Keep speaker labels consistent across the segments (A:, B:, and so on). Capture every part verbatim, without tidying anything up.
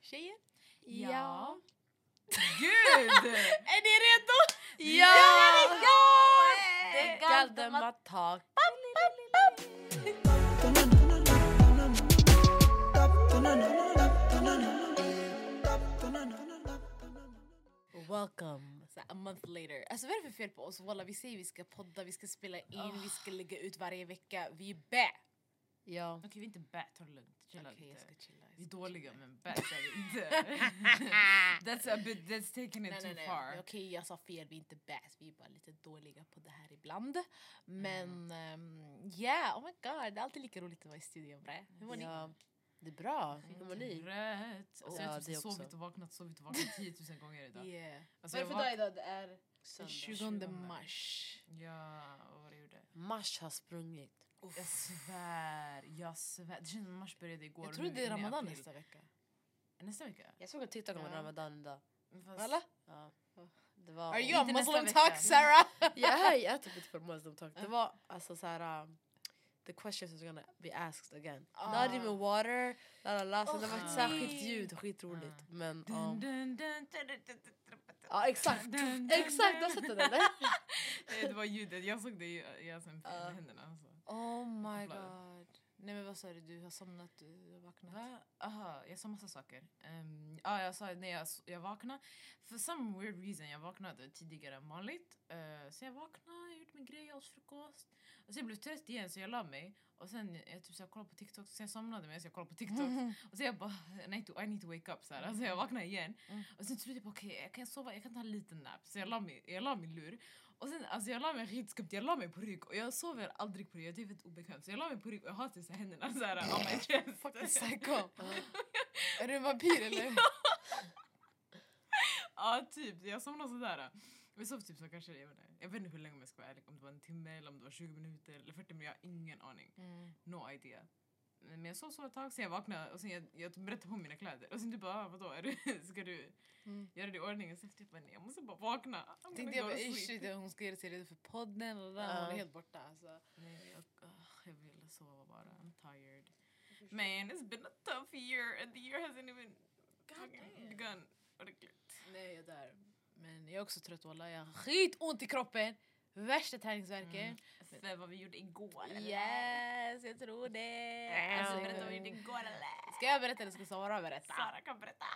A: Tjejer?
B: Ja.
A: Ja.
B: Gud!
A: Är ni redo?
B: Ja!
A: Ja!
B: Det galde matak.
A: Welcome. Så a month later. Alltså vad är det för fel på oss? Walla, vi säger vi ska podda, vi ska spela in, oh. vi ska lägga ut varje vecka. Vi är back.
B: Ja.
C: Okej, okay, vi är inte bad, ta det lugnt. Chilla
A: okay,
C: lite.
A: Jag ska chilla, jag
C: vi är
A: ska
C: dåliga,
A: chilla.
C: men bad är vi inte. That's a bit, that's taking it
A: nej,
C: too
A: nej, nej.
C: far.
A: Okej, okay, jag sa fel, vi är inte bad. Vi är bara lite dåliga på det här ibland. Men, ja, mm. um, yeah, oh my god. Det är alltid lika roligt att vara i studion, bre. Hur mår
B: ja.
A: ni?
B: Det är bra.
C: Hur
B: mår ni?
C: Rätt. Alltså,
B: ja,
C: jag har
B: också.
C: sovit och vaknat, sovit och vaknat tiotusen gånger idag.
A: Yeah.
C: Alltså,
A: vad är det för dag idag? Det är
B: Söndag.
A: tjugonde mars.
C: Ja, vad var det gjorde?
B: Mars har sprungit.
C: Uff. Jag svär, jag svär. Det känns som mars började igår.
A: Jag tror det är Ramadan nästa vecka.
C: Nästa vecka?
B: Jag såg en TikTok om
A: ja.
B: Ramadan idag.
A: Eller?
B: Ja. Det var...
A: Are you a Muslim
C: vecka.
A: talk, Sarah?
B: Yeah, jag är typ inte för Muslim talk. Det var alltså så här... Um, the questions is gonna be asked again.
A: Ah.
B: Not even water. La, la, la. Så
A: oh,
B: det var ett
A: nej.
B: särskilt ljud. Skitroligt.
C: Ah.
B: Men...
C: Dun,
B: Um,
C: dun, dun, dun, dun, dun,
B: ja, exakt.
C: dun, dun,
B: Exakt, du har sett den eller?
C: Nej, det var ljudet. Jag såg det i jag sen med
B: Uh.
C: händerna. Alltså.
A: Oh my god. Nej men vad sa du? Du har somnat, du har vaknat.
C: Va? Aha, jag sa massa saker. Um, ah, jag sa när jag, jag vaknade. For some weird reason, jag vaknade tidigare än vanligt. Uh, så jag vaknade, jag gjorde min grej, jag åt frukost. Och så jag blev trött igen så jag la mig. Och sen jag typ så jag kollade på TikTok. Så jag somnade med så jag kollade på TikTok.
A: Mm.
C: Och så jag bara, I need to, I need to wake up. Så här. Alltså jag vaknade igen.
A: Mm.
C: Och sen trodde jag bara, okej okay, jag kan sova, jag kan ta en liten nap. Så jag la mig, jag la min lur. Och sen, alltså jag la mig skitskumt, jag la mig på rygg. Och jag sover aldrig på rygg, jag är väldigt obekvämt. Så jag la mig på rygg och jag har till sig händerna så här on my chest.
A: Fucking psycho. Är du en vampyr eller?
C: Ja, typ. Jag somnade sådär. Vi sov typ så kanske, jag vet inte, jag vet inte hur länge jag ska vara ärlig. Om det var en timme eller om det var tjugo minuter eller fyrtio minuter. Jag har ingen aning.
A: Mm.
C: No idea. Men jag sov så ett tag, sen jag vaknade och sen jag, jag berättade på mina kläder. Och sen du bara, ah, vadå, är du, ska du
A: mm.
C: göra det i ordning? Och sen jag bara, nej, jag måste bara vakna. I'm
A: Tänkte jag bara, shit, hon ska göra sig redo för podden och där, hon är helt borta. Alltså.
C: Nej, jag, oh, jag vill sova bara, I'm tired. Man, it's been a tough year and the year hasn't even begun.
A: Nej, jag är där. Men jag är också trött, walla. Jag har skitont i kroppen. Värsta träningsvärken.
C: Mm. För vad vi gjorde igår, eller?
A: Yes, jag tror det.
C: Alltså, berätta vad vi gjorde igår, eller?
A: Ska jag berätta eller ska Sara berätta?
C: Sara kan berätta.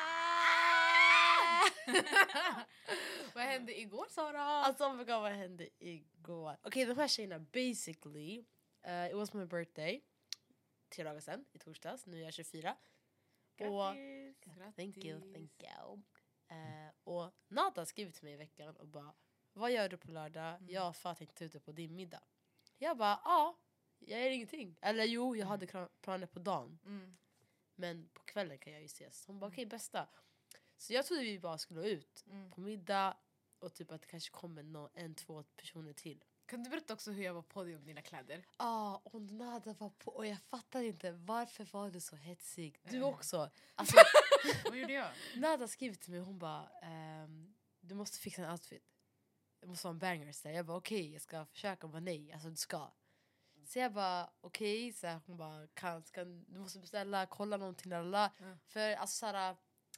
A: Vad hände igår, Sara?
B: Alltså, oh my God, vad hände igår? Okej, okay, de här tjejerna, basically, uh, it was my birthday. Tre dagar sedan, i torsdags. Nu är jag tjugofyra.
A: Grattis!
B: Och, Grattis. Thank you, thank you. Uh, och Nada skrev till mig i veckan och bara, vad gör du på lördag? Mm. Jag för att jag inte ute på din middag. Jag bara, ja, jag gör ingenting. Eller jo, jag hade mm. planer på dagen.
A: Mm.
B: Men på kvällen kan jag ju ses. Hon bara, okej, okay, bästa. Så jag trodde vi bara skulle ut
A: mm.
B: på middag. Och typ att det kanske kommer no, en, två personer till.
A: Kan du berätta också hur jag var på dig om dina kläder?
B: Ja, ah, och Nada var på. Och jag fattar inte, varför var du så hetsig? Du också. Alltså,
C: vad gjorde jag?
B: Nada skrev till mig, hon bara, ehm, du måste fixa en outfit. Det måste vara en banger. Så jag bara, okej, okay, jag ska försöka. Hon bara, nej, alltså du ska. Så jag bara, okej. Okay. Så hon bara, kan, ska, du måste beställa, kolla någonting. Alla. Mm. För alltså såhär,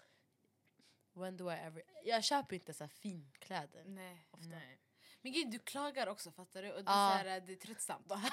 B: when do I ever... Jag köper inte så här fin kläder.
A: Nej,
B: ofta.
A: Nej. Men gud, du klagar också, fattar du? Och det,
B: ah.
A: är, det är tröttsamt.
B: no.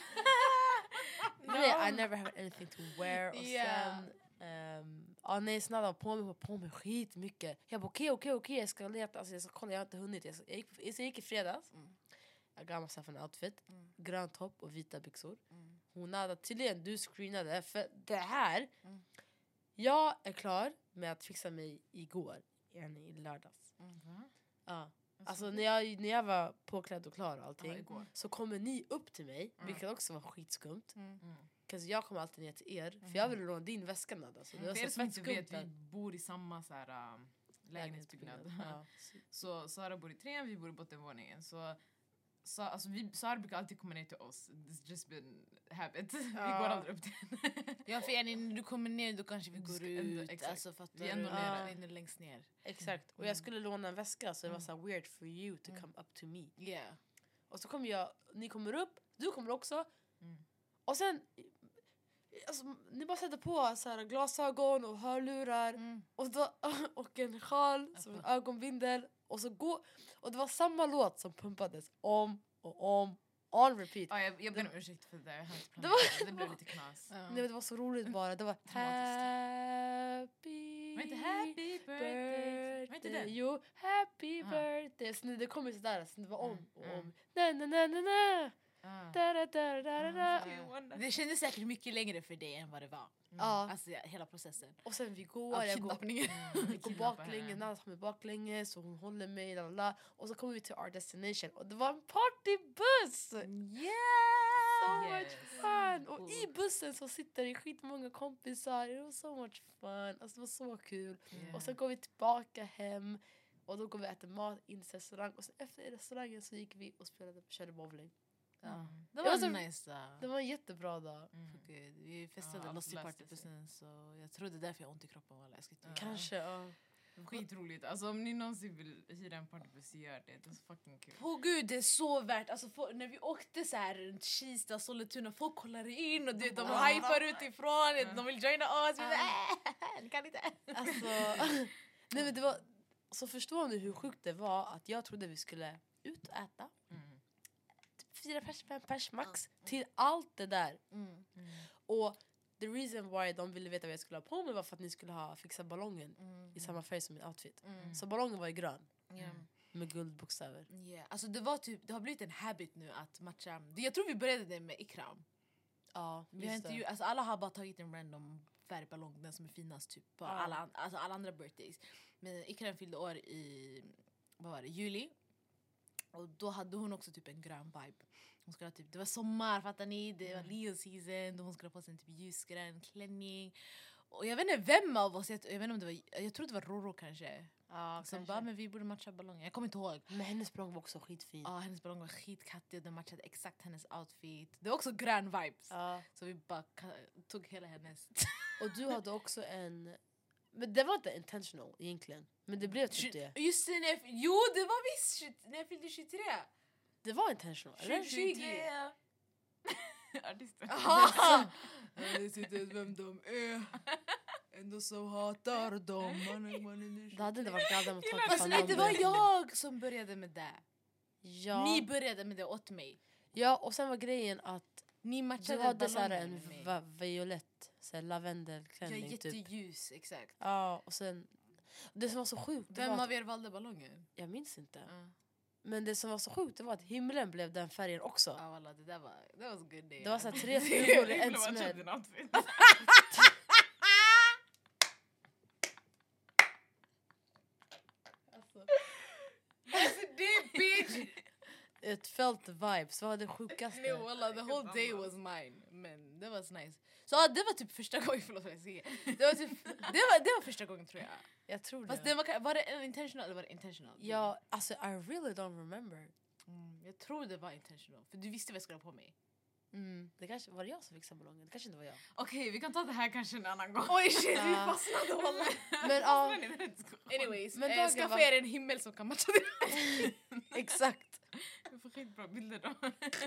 B: Nej, I never have anything to wear. Och
A: yeah.
B: sen... Um, ah, nej, snälla, på mig, på mig skit mycket. Jag bara, okej, okej, okej, jag ska leta, alltså jag ska kolla, jag har inte hunnit. Jag, ska, jag, gick, jag gick i fredags. Mm. Jag gav mig en outfit, mm. grön topp och vita byxor. Mm. Hon hade tydligen, du screenade, för det här, mm. jag är klar med att fixa mig igår, i lördags. Mm. Ja. Alltså när jag, när jag var påklädd och klar och allting, ah, så kommer ni upp till mig, mm. vilket också var skitskumt. Mm. Mm. För jag kommer alltid ner till er. Mm. För jag vill låna din väska, Nada. Så
C: mm.
B: det
C: för er som inte vet,
B: där.
C: vi bor i samma så här, um, lägenhetsbyggnad. Ja. Så Sara bor i trean, vi bor i bottenvåningen. Så, så alltså, vi, Sara brukar alltid komma ner till oss. It's just been habit. Ja. Vi går aldrig upp till henne.
A: Ja, för när du kommer ner då kanske vi går ut.
C: Exakt.
A: Alltså för att
C: vi är ändå nere.
A: Ja. längst ner.
B: Exakt. Och jag skulle låna en väska, så det var så weird for you to mm. come up to me.
A: Yeah.
B: Och så kommer jag, ni kommer upp, du kommer också.
C: Mm.
B: Och sen... Alltså, ni bara sätter på så här, glasögon och hörlurar
A: Mm.
B: och, då, och en sjal som en ögonbindel och så gå och det var samma låt som pumpades om och om on repeat.
C: Ja, jag, jag ber om ursäkt för det där. Jag har inte
B: Det
C: planerat. Det blev lite knas.
A: Ja.
B: Nej, men det var så roligt bara. Det var happy
C: Var inte happy birthday? Var inte
B: birthday.
C: den?
B: Jo, happy
C: Aha.
B: birthday. Så det kom ju sådär, så det var om
C: Mm,
B: och
C: mm.
B: om. Na na na na na.
C: Ah.
B: Da da da da da da.
C: Mm.
A: Det kändes säkert mycket längre för dig än vad det var.
B: Ja,
A: Alltså ja, hela processen.
B: och sen vi
A: Av
B: går, jag går,
A: kidnappningen.
B: vi går baklänges, Nana tar mig baklänges och hon håller mig, la, la, la. Och så kommer vi till our destination och det var en partybuss!
A: Yeah!
B: So
C: Yes.
B: much fun! Och i bussen så sitter det skitmånga kompisar. It was so much fun. Alltså det var så kul.
C: Yeah.
B: Och sen går vi tillbaka hem. Och då går vi och äter mat in till restaurang. Och sen efter restaurangen så gick vi och spelade, körde bowling.
A: Ja.
C: Mm.
A: Det
B: Det
A: var
B: var så-
A: en nice dag.
B: Det var en jättebra dag.
C: Mm.
A: Gud, vi festade
C: Ja,
A: loss i
C: löste
A: partybussen så jag tror det är därför jag har ont i kroppen. Walla. Jag ska inte
C: Ja.
B: Kanske, ja.
C: Skitroligt. Alltså om ni någonsin vill hyra en partybuss, gör det. Det är så fucking kul.
A: Åh gud, det är så värt. Alltså, få- när vi åkte så här runt Kista, Sollentuna, folk kollar in och du, de
B: Ja.
A: hypar utifrån.
C: Ja.
A: De vill joina oss. Vi
B: Ja.
A: bara, äh, ni kan inte.
B: Alltså, nej men det var... Så förstår ni hur sjukt det var att jag trodde vi skulle ut och äta.
C: Mm.
B: Typ fyra pers, fem pers max. Till allt det där.
A: Mm.
C: Mm.
B: Och the reason why de ville veta vad jag skulle ha på mig var för att ni skulle ha fixat ballongen
A: Mm.
B: i samma färg som min outfit.
A: Mm.
B: Så ballongen var ju grön
A: Yeah.
B: med guldbokstäver.
A: Yeah. Alltså, det, var typ, det har blivit en habit nu att matcha. Jag tror vi började det med Ikram.
B: Ja,
A: Vi har
B: just
A: inte,
B: det.
A: ju- alltså, alla har bara tagit en random färgballong, den som är finast typ, på
B: Ja.
A: alla, an- alltså, alla andra birthdays. Men Ikram fyllde år i vad var det, juli. Och då hade hon också typ en grön vibe. Hon skulle ha typ, det var sommar, fattar ni? Det var
C: Mm.
A: Leo season. Då hon skulle ha på sig en typ ljusgrön klänning. Och jag vet inte vem av oss, jag, jag vet inte om det var, jag tror det var Roro kanske.
B: Ja,
A: Som
B: kanske.
A: bara, men vi borde matcha ballongen. Jag kommer inte ihåg.
B: Men hennes ballong var också skitfin.
A: Ja, hennes ballong var skitkattig och den matchade exakt hennes outfit. Det var också grön vibes.
B: Ja.
A: Så vi bara ka- tog hela hennes.
B: Och du hade också en... Men det var inte intentional egentligen. Men det blev typ det.
A: Just det, när jag, jo det var visst tjugo när jag fyllde tjugotre.
B: Det var intentional, eller?
A: tjugo.
C: Artister.
A: Aha! Jag vet inte vem de är. Ändå så hatar de. Man, man
B: Det hade inte varit galet att ta
A: Fast nej, det var jag som började med det.
B: Ja.
A: Ni började med det åt mig.
B: ja, och sen var grejen att
A: Ni
B: du
A: matchade
B: hade så här
A: ballongen
B: en
A: med mig.
B: va- violett så här
A: Jag är
B: lavendelklänning typ.
A: jätteljus, exakt.
B: Ja, och sen... Det som var så sjukt, det
A: Vem
B: var
A: av
B: att,
A: er valde ballongen?
B: jag minns inte.
A: Ja,
B: Men det som var så sjukt, det var att himlen blev den färgen också.
A: ja walla, det där var, det var så good day.
B: Det var så här tre flugor i en
C: Jag
B: smäll.
C: din outfit.
A: Alltså det bitch!
B: It felt the vibes, vad var det sjukaste?
A: Nej walla, the whole day was mine. Men det var nice. Så ja, det var typ första gången, förlåt vad jag säger. Det var, typ, det var, det var första gången tror jag.
B: Jag tror
A: Fast
B: det.
A: det var, var det en intentional eller var det intentional?
B: Ja, alltså I really don't remember.
A: Mm, jag tror det var intentional. För du visste vad jag skulle ha på mig.
B: Mm. Det kanske var det jag som fixade ballongen, det kanske inte var jag.
C: Okej, vi kan ta det här kanske en annan gång.
A: Oj shit, vi
B: Ja.
A: fastnade walla.
B: Men ja,
C: Fastnade i den här diskussionen.
A: Anyways,
B: Men
A: eh,
B: dagen
A: skaffa
B: var-
A: er en himmel som kan matcha det.
B: exakt.
C: Vi får skitbra bilder då.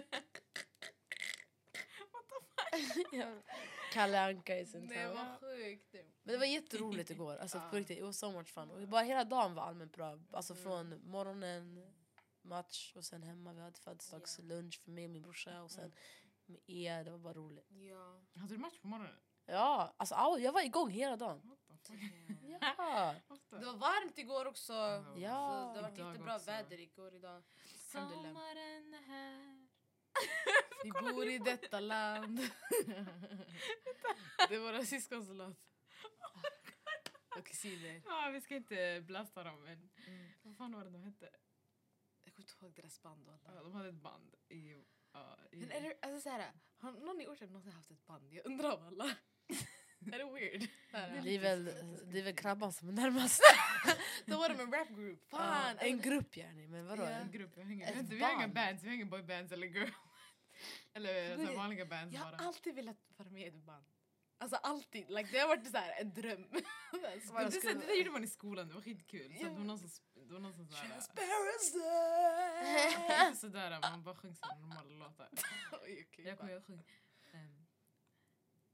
B: Ja. Kalle Anka i sin
A: Det
B: town.
A: var sjukt.
B: Men det var jätteroligt igår, alltså
A: Ja.
B: på riktigt, it was so much fun. Och bara hela dagen var allmänt bra, alltså från morgonen, match och sen hemma, vi hade födelsedagslunch för mig och min brorsa och sen med er, det var bara roligt.
A: Ja.
C: Hade du match på morgonen?
B: Ja, alltså au, jag var igång hela dagen.
C: What the fuck?
B: Ja,
C: Ofta.
A: Det var varmt igår också.
B: Ja.
A: Så det har varit
C: Idag
A: jättebra
C: också.
A: väder igår idag. Alhamdulillah.
C: Sommaren är här.
A: Vi bor i detta land. Det är våra syskons låt. Och kusiner.
C: Ja, vi ska inte blasta dem, men
A: Mm.
C: vad fan var det de hette?
A: Jag kommer inte ihåg deras band. Och alla.
C: Ja, de hade ett band i... ja, i
A: Men är det, alltså så här, har någon i Årsta någonsin haft ett band? Jag undrar av alla. Är det weird?
B: det är väl, det är väl Krabban som är närmast.
A: Då var de en rap group.
B: Ja,
A: Fan!
B: en grupp gärna, men vadå?
A: Ja.
C: en grupp. Vi hänger,
B: Ett
C: inte, vi har inga
B: band.
C: bands, vi har inga boybands eller girl. Eller så här vanliga bands
A: Jag har
C: bara.
A: alltid velat vara med i ett band. Alltså alltid. Like, det har varit så här, en dröm.
C: Men det, det, det där gjorde man i skolan, det var skitkul. Så
A: Ja.
C: det var någon som, det var någon som såhär...
A: Transparency!
C: Inte sådär, man bara sjöng sådana normala låtar.
A: Oj, okej,
C: Jag kommer
A: bara.
C: jag sjöng... ehm,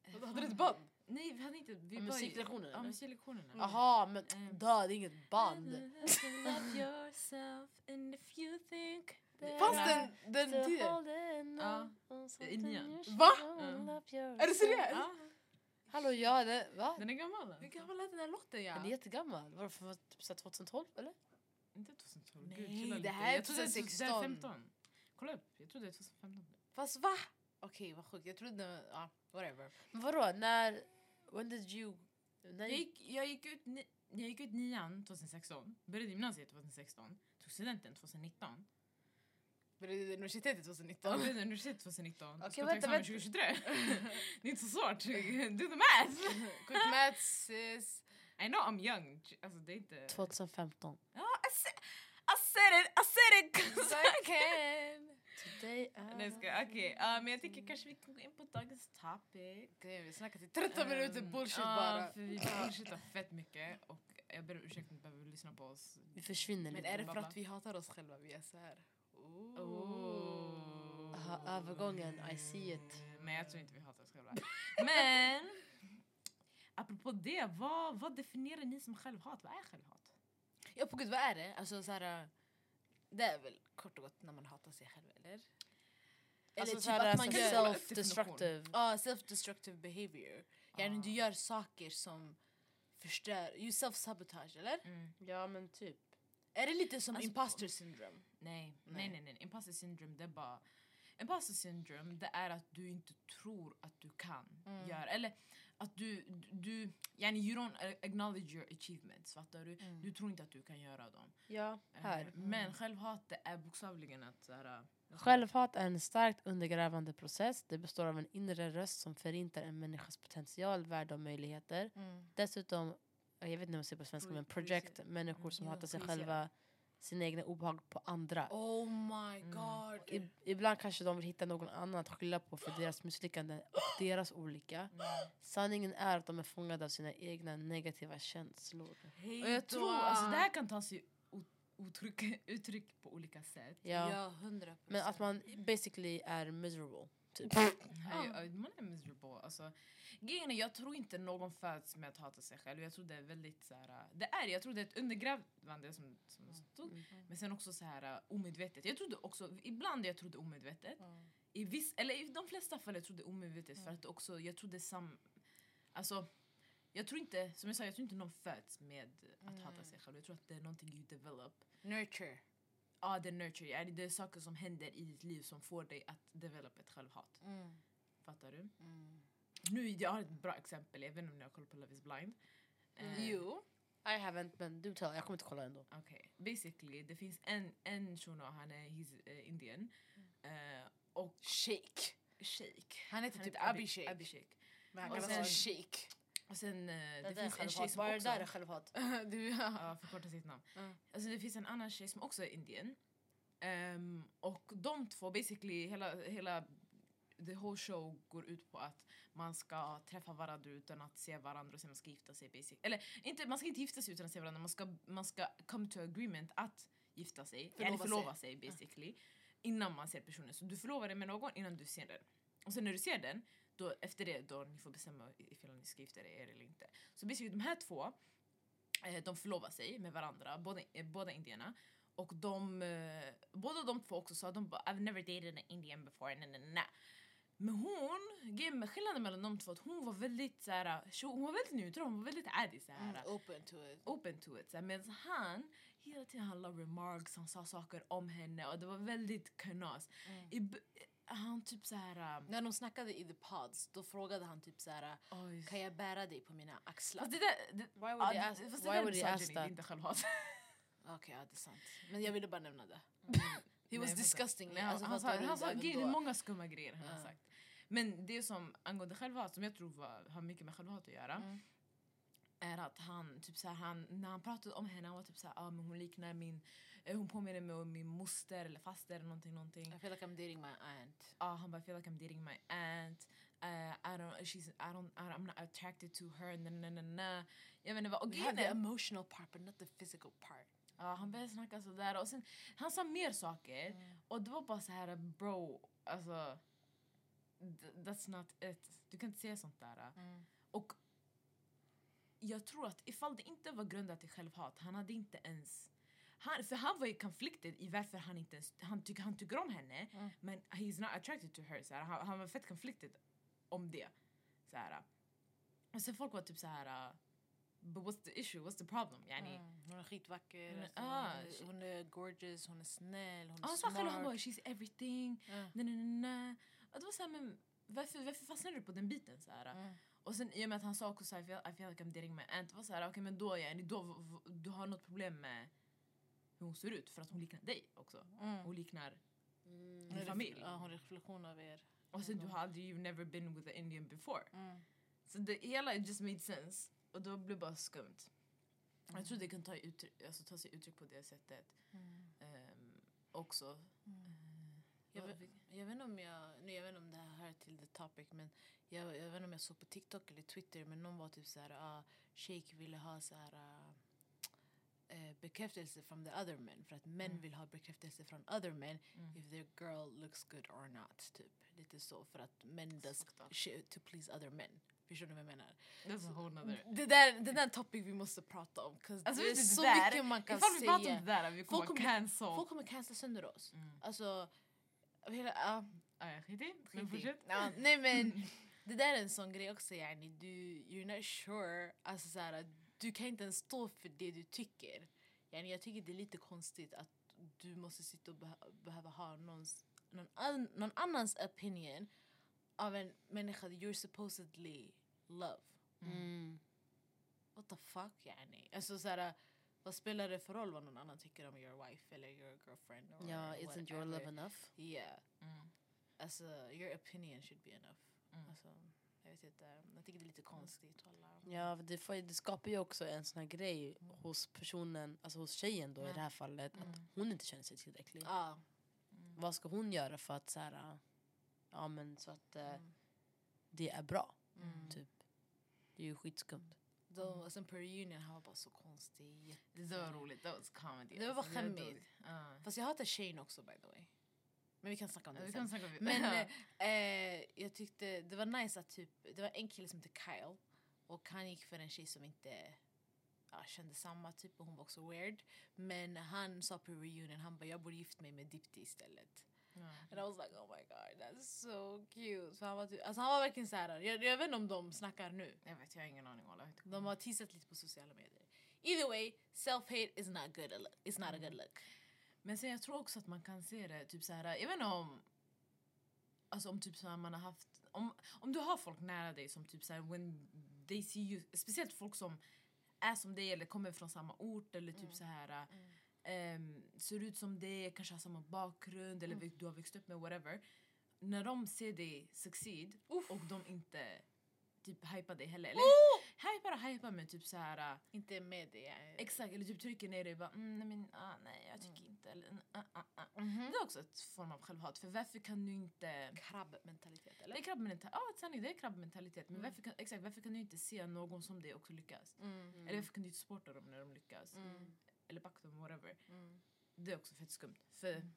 A: Hade du ett band?
C: Nej, vi hade inte... Vi
B: Ja,
C: bara-
B: musiklektionen,
C: Ja,
B: eller?
C: musiklektionerna.
B: Jaha, men
C: Mm.
B: då, det är inget band.
C: Love yourself and if you think
A: Fanns den, den tiden?
C: Ja, i nian.
A: Va?
B: Är
A: Är du seriös?
C: Ja,
B: Hallå, ja, det, va?
C: den är gammal.
A: Hur gammal lät den här låten? Ja.
B: Den är jättegammal. Var det för typ så här tjugotolv, eller?
C: Inte tjugohundratolv.
A: Nej,
C: Gud, chilla
A: det
C: lite.
A: här är
C: Jag trodde det är
A: tjugohundrasexton.
C: tjugohundrafemton. Kolla upp, jag trodde det är tjugohundrafemton.
A: Fast va? Okej, vad sjukt. Jag trodde... Ja, whatever.
B: Men vadå, när... When did you... När
C: Jag gick, jag, gick ut, ni- jag gick ut nian tjugohundrasexton, började gymnasiet tjugohundrasexton, tog studenten tjugohundranitton.
A: Började du universitetet
C: Jag
A: tjugohundranitton?
C: började universitetet tjugohundranitton.
B: Okej,
C: Ska ta
B: vänta,
C: examen
B: vänta.
C: tjugohundratjugotre. Det är inte så svårt. Do the math!
A: Quick maths, sis.
C: I know I'm young. Alltså det är inte...
B: tjugohundrafemton.
C: Ja, I said, I said it, I said it 'cause I can.
B: Today I...
C: Nej, ska, okej. Ja, men jag tycker kanske vi kan gå in på dagens topic.
A: Okej, vi snackar till tretton minuter
C: Ehm,
A: bullshit
C: ja,
A: bara.
C: för vi bullshittar fett mycket och jag ber om ursäkt om ni behöver lyssna på oss.
B: Vi försvinner
A: Men
B: lite.
A: är det för att vi hatar oss själva vi är så här? Ooh.
C: Oh.
B: Aha, övergången, I see it.
C: Men jag tror inte vi hatar oss själva. Men apropå det, vad, vad definierar ni som självhat? Vad är självhat?
A: Ja, på gud, vad är det? Alltså så här, äh, det är väl kort och gott när man hatar sig själv, eller?
B: Alltså
A: typ
B: så här,
A: att man
B: alltså
A: gör-
B: self-destructive.
A: Ja, self-destructive behavior. Ja,
C: Ah.
A: du gör saker som förstör. You self-sabotage, eller?
C: Mm.
B: Ja, men typ.
A: Är det lite som
C: Alltså-
A: imposter syndrome?
C: Nej,
A: Nej.
C: nej, nej, nej. Imposter syndrome, det är bara... Imposter syndrome, det är att du inte tror att du kan
A: Mm.
C: göra... Eller att du... du yani, you don't acknowledge your achievements, fattar du?
A: Mm.
C: Du tror inte att du kan göra dem.
B: Ja,
C: Eh,
B: här.
C: Men självhat, det är bokstavligen att... Så här,
B: Självhat är en starkt undergrävande process. Det består av en inre röst som förintar en människas potential, värde och möjligheter. Dessutom, jag vet inte om man säger på svenska,
C: Pro-
B: men project,
C: projicera.
B: människor som
A: Ja,
B: hatar sig
C: projicera.
B: själva, sina egna obehag på andra.
A: Oh my
C: Mm.
A: god.
B: I, ibland kanske de vill hitta någon annan att skylla på för deras misslyckanden och deras olycka.
C: Mm.
B: Sanningen är att de är fångade av sina egna negativa känslor.
C: Och jag tror, alltså det här kan ta sig ut- uttryck, uttryck på olika sätt.
B: Ja.
A: Ja, hundra procent.
B: Men att man basically är miserable. Typ.
C: Hey, man är miserable. Alltså, grejen är, jag tror inte någon föds med att hata sig själv. Jag tror det är väldigt så här, det är, jag tror det är ett undergrävande som, som det stod.
B: Mm.
C: Men sen också så här uh, omedvetet. Jag trodde också, ibland jag trodde omedvetet. I viss, eller i de flesta fall jag trodde omedvetet för att också, jag trodde sam, alltså jag tror inte, som jag sa, jag tror inte någon föds med att hata sig själv. Jag tror att det är någonting you develop.
A: Nurture.
C: Ja, det är nurture. Ja, det är saker som händer i ditt liv som får dig att develop ett självhat.
A: Mm.
C: Fattar du?
A: Mm.
C: Nu, jag har ett bra exempel. Jag vet inte om ni har kollat på Love is blind. Eh,
A: Jo.
B: I haven't, men du tell, jag kommer inte kolla ändå.
C: Okej. Basically, det finns en, en shuno, han är he's, uh, indian. Eh, och
A: Shake.
C: Sheikh.
A: Han heter
C: Han
A: typ
C: heter
A: Abhishek.
C: Abhishek.
A: Men han
C: Och
A: kallas
C: sen-
A: för Shake.
C: Och sen, eh, det,
B: Det, där är
C: finns en tjej
B: självhat.
C: som
B: Bara det
C: också...
B: där är självhat.
A: Du, ja.
C: Ja, förkorta sitt namn.
A: Ja.
C: Alltså det finns en annan tjej som också är indien. Ehm, och de två, basically, hela, hela the whole show går ut på att man ska träffa varandra utan att se varandra och sen man ska gifta sig. Basic. Eller inte, man ska inte gifta sig utan att se varandra, man ska, man ska come to agreement att gifta sig.
A: Förlova
C: Eller förlova
A: sig.
C: sig, basically. Innan man ser personen. Så du förlovar dig med någon innan du ser den. Och sen när du ser den, då, efter det då ni får bestämma ifall ni ska gifta er eller inte. Så basically de här två, eh, de förlovar sig med varandra, båda, eh, båda indierna. Och de, eh, båda de två också sa, de bara, I've never dated an Indian before, na, na, na. Men hon, grejen med skillnaden mellan de två, att hon var väldigt så här, hon var väldigt neutral, hon var väldigt ärlig så här.
A: Mm, open to it.
C: Open to it. Medan han, hela tiden han la remarks, han sa saker om henne och det var väldigt knas.
A: Mm.
C: I, b- han typ så här.
A: När de snackade i the pods, då frågade han typ så här:
C: Oj.
A: kan jag bära dig på mina axlar?
C: Fast det där, det,
B: Why would
C: ja,
B: they
C: det-
B: ask,
C: fast det
B: why
C: där är
B: would they
C: misogyny,
B: ask
C: det är
B: that?
C: inte självhat.
A: Okej, ja, det är sant. Men jag ville bara nämna det. He
C: Nej,
A: was
C: jag fattar.
A: disgusting.
C: Nej, han,
A: Alltså,
C: han, sa,
A: fattar du?
C: han sa
A: Även
C: det
A: då.
C: är många skumma grejer han har
A: Ja.
C: sagt. Men det som angående självhat, som jag tror var, har mycket med självhat att göra,
A: Mm.
C: är att han, typ så här, han, när han pratade om henne, han var typ så här, ah, men hon liknar min, eh, hon påminner mig om min moster eller faster eller någonting, någonting.
A: I feel like I'm dating my aunt.
C: Ah, han bara, I feel like I'm dating my aunt. Uh, I don't, she's, I don't, I, I'm not attracted to her. Na, na, na, na. Jag vet inte vad. Och
A: We have the
C: grejen är-
A: emotional part but not the physical part.
C: Ja, han började snacka sådär. Och sen, han sa mer saker. Och det var bara så här, bro, alltså... th- that's not it. Du kan inte säga sånt där.
A: Mm.
C: Och jag tror att ifall det inte var grundat i självhat, han hade inte ens... Han, för han var ju konflikted i varför han inte ens... Han tycker, han tycker om henne,
A: Mm.
C: men he's not attracted to her. Så här, han, han var fett konflikted om det. Så här. Och sen folk var typ så här... But what's the issue? What's the problem? Yani,
A: Mm. Hon är skitvacker,
C: Hon är-
A: alltså,
C: ah,
A: hon, är, hon är gorgeous, hon är snäll, hon är
C: ah, så själv han
A: smart.
C: bara, she's everything.
A: Ja.
C: Na, na, na, na. Och det var så här, men varför, varför fastnade du på den biten? Så här?
A: Mm.
C: Och sen i och med att han sa också så här, I feel, I feel like I'm dating my aunt. Det var så här, okej okay, men då, yani, då v- v- du har något problem med hur hon ser ut. För att hon liknar dig också.
A: Mm.
C: Hon liknar
A: Hon
C: din
A: är
C: familj.
A: ref- Ja, hon är reflektion av er.
C: Och sen du har aldrig, you've never been with an Indian before.
A: Mm.
C: Så det hela just made sense. Och då blev det bara skumt. Jag tror det kan ta, uttryck, alltså, ta sig uttryck på det sättet.
A: Mm.
C: Um, också.
A: Mm. Jag,
C: Vad-
A: vet, jag vet inte om jag, nu jag vet inte om det här hör till the topic, men jag, jag vet inte om jag såg på TikTok eller Twitter, men någon var typ så här, ah, Sheikh ville ha så här ah, eh, bekräftelse from the other men, för att män
C: Mm.
A: vill ha bekräftelse från other men
C: Mm.
A: if their girl looks good or not, typ. Lite så, för att men does
C: Fucked up.
A: shit to please other men. Förstår du vad jag menar?
C: That's a whole nother.
A: Det där, det där är en topic vi måste prata om, 'cause
C: Alltså,
A: det är
C: vet du, det
A: så
C: där-
A: mycket man kan
C: Ifall vi pratar om
A: säga.
C: det där, vi kommer
A: Folk kommer-
C: cancel.
A: Folk kommer cancella sönder oss.
C: Mm.
A: Alltså, hela, ja,
C: Ah, ja, skit i.
A: skit
C: Men
A: i.
C: fortsätt.
A: Ja, nej men, det där är en sån grej också, yani, du, you're not sure, alltså såhär, du kan inte ens stå för det du tycker. Yani, jag tycker det är lite konstigt att du måste sitta och beh- behöva ha någons, någon, an, någon annans opinion av en människa you're supposedly love.
B: Mm.
A: What the fuck, yani? Alltså såhär, vad spelar det för roll vad någon annan tycker om your wife eller your girlfriend? Or
B: Ja, isn't your love
A: whatever?
B: enough?
A: Yeah.
C: Mm.
A: Alltså, your opinion should be enough.
C: Mm.
A: Alltså, jag vet inte, jag tycker det är lite konstigt. Alla.
B: Ja, för det, får, det skapar ju också en sån här grej hos personen, alltså hos tjejen då i
A: Mm.
B: det här fallet, att
C: Mm.
B: hon inte känner sig tillräcklig.
A: Ja.
C: Mm.
B: Vad ska hon göra för att så här, ja men så att eh,
A: Mm.
B: det är bra,
A: Mm.
B: typ. Det är ju skitskumt.
A: Då, och sen på reunion, han var bara så konstig. jätte-
C: Det var roligt, that was comedy.
A: Det var bara
C: alltså.
A: skämmigt.
C: dåligt. Ja.
A: Fast jag hatar Shane också, by the way. Men vi kan snacka om
C: Ja,
A: det
C: vi
A: sen.
C: kan snacka om det.
A: Men
C: Ja.
A: eh, jag tyckte det var nice att typ, det var en kille som hette Kyle. Och han gick för en tjej som inte ja, kände samma typ, och hon var också weird. Men han sa på reunion, han bara, jag borde gift mig med Dipti istället.
C: Ja.
A: And I was like, oh my god, that's so cute. Så han, var typ, alltså han var verkligen så här. Jag, jag vet inte om de snackar nu.
C: Jag vet, jag har ingen aning. Walla. Jag vet inte.
A: De har teasat lite på sociala medier. Either way, self-hate is not good. a look. It's not a good look.
C: Men sen jag tror också att man kan se det typ så här. Jag vet inte om alltså om typ så här man har haft om om du har folk nära dig som typ så här when they see you, speciellt folk som är som dig eller kommer från samma ort eller typ
A: Mm.
C: så här ehm, ser ut som dig, kanske har samma bakgrund eller
A: Mm.
C: du har växt upp med whatever. När de ser dig succeed
A: Uff.
C: och de inte typ hypar dig heller eller
A: Oh!
C: hypar och hypar men typ så här
A: Inte med det. jag-
C: exakt eller typ trycker ner dig och bara mm, nej men ah, nej jag tycker inte eller mm, ah, ah, ah.
A: Mhm.
C: Det är också ett form av självhat. För varför kan du inte...
A: Krabbmentalitet, eller?
C: Det är krabbmentalitet. Ja, sanning, det är krabbmentalitet. Men
A: Mm.
C: varför kan, exakt, varför kan du inte se någon som dig också lyckas?
A: Mm.
C: Eller varför kan du inte supporta dem när de lyckas?
A: Mm.
C: Eller backa dem, whatever.
A: Mm.
C: Det är också fett skumt. För,
A: Mm.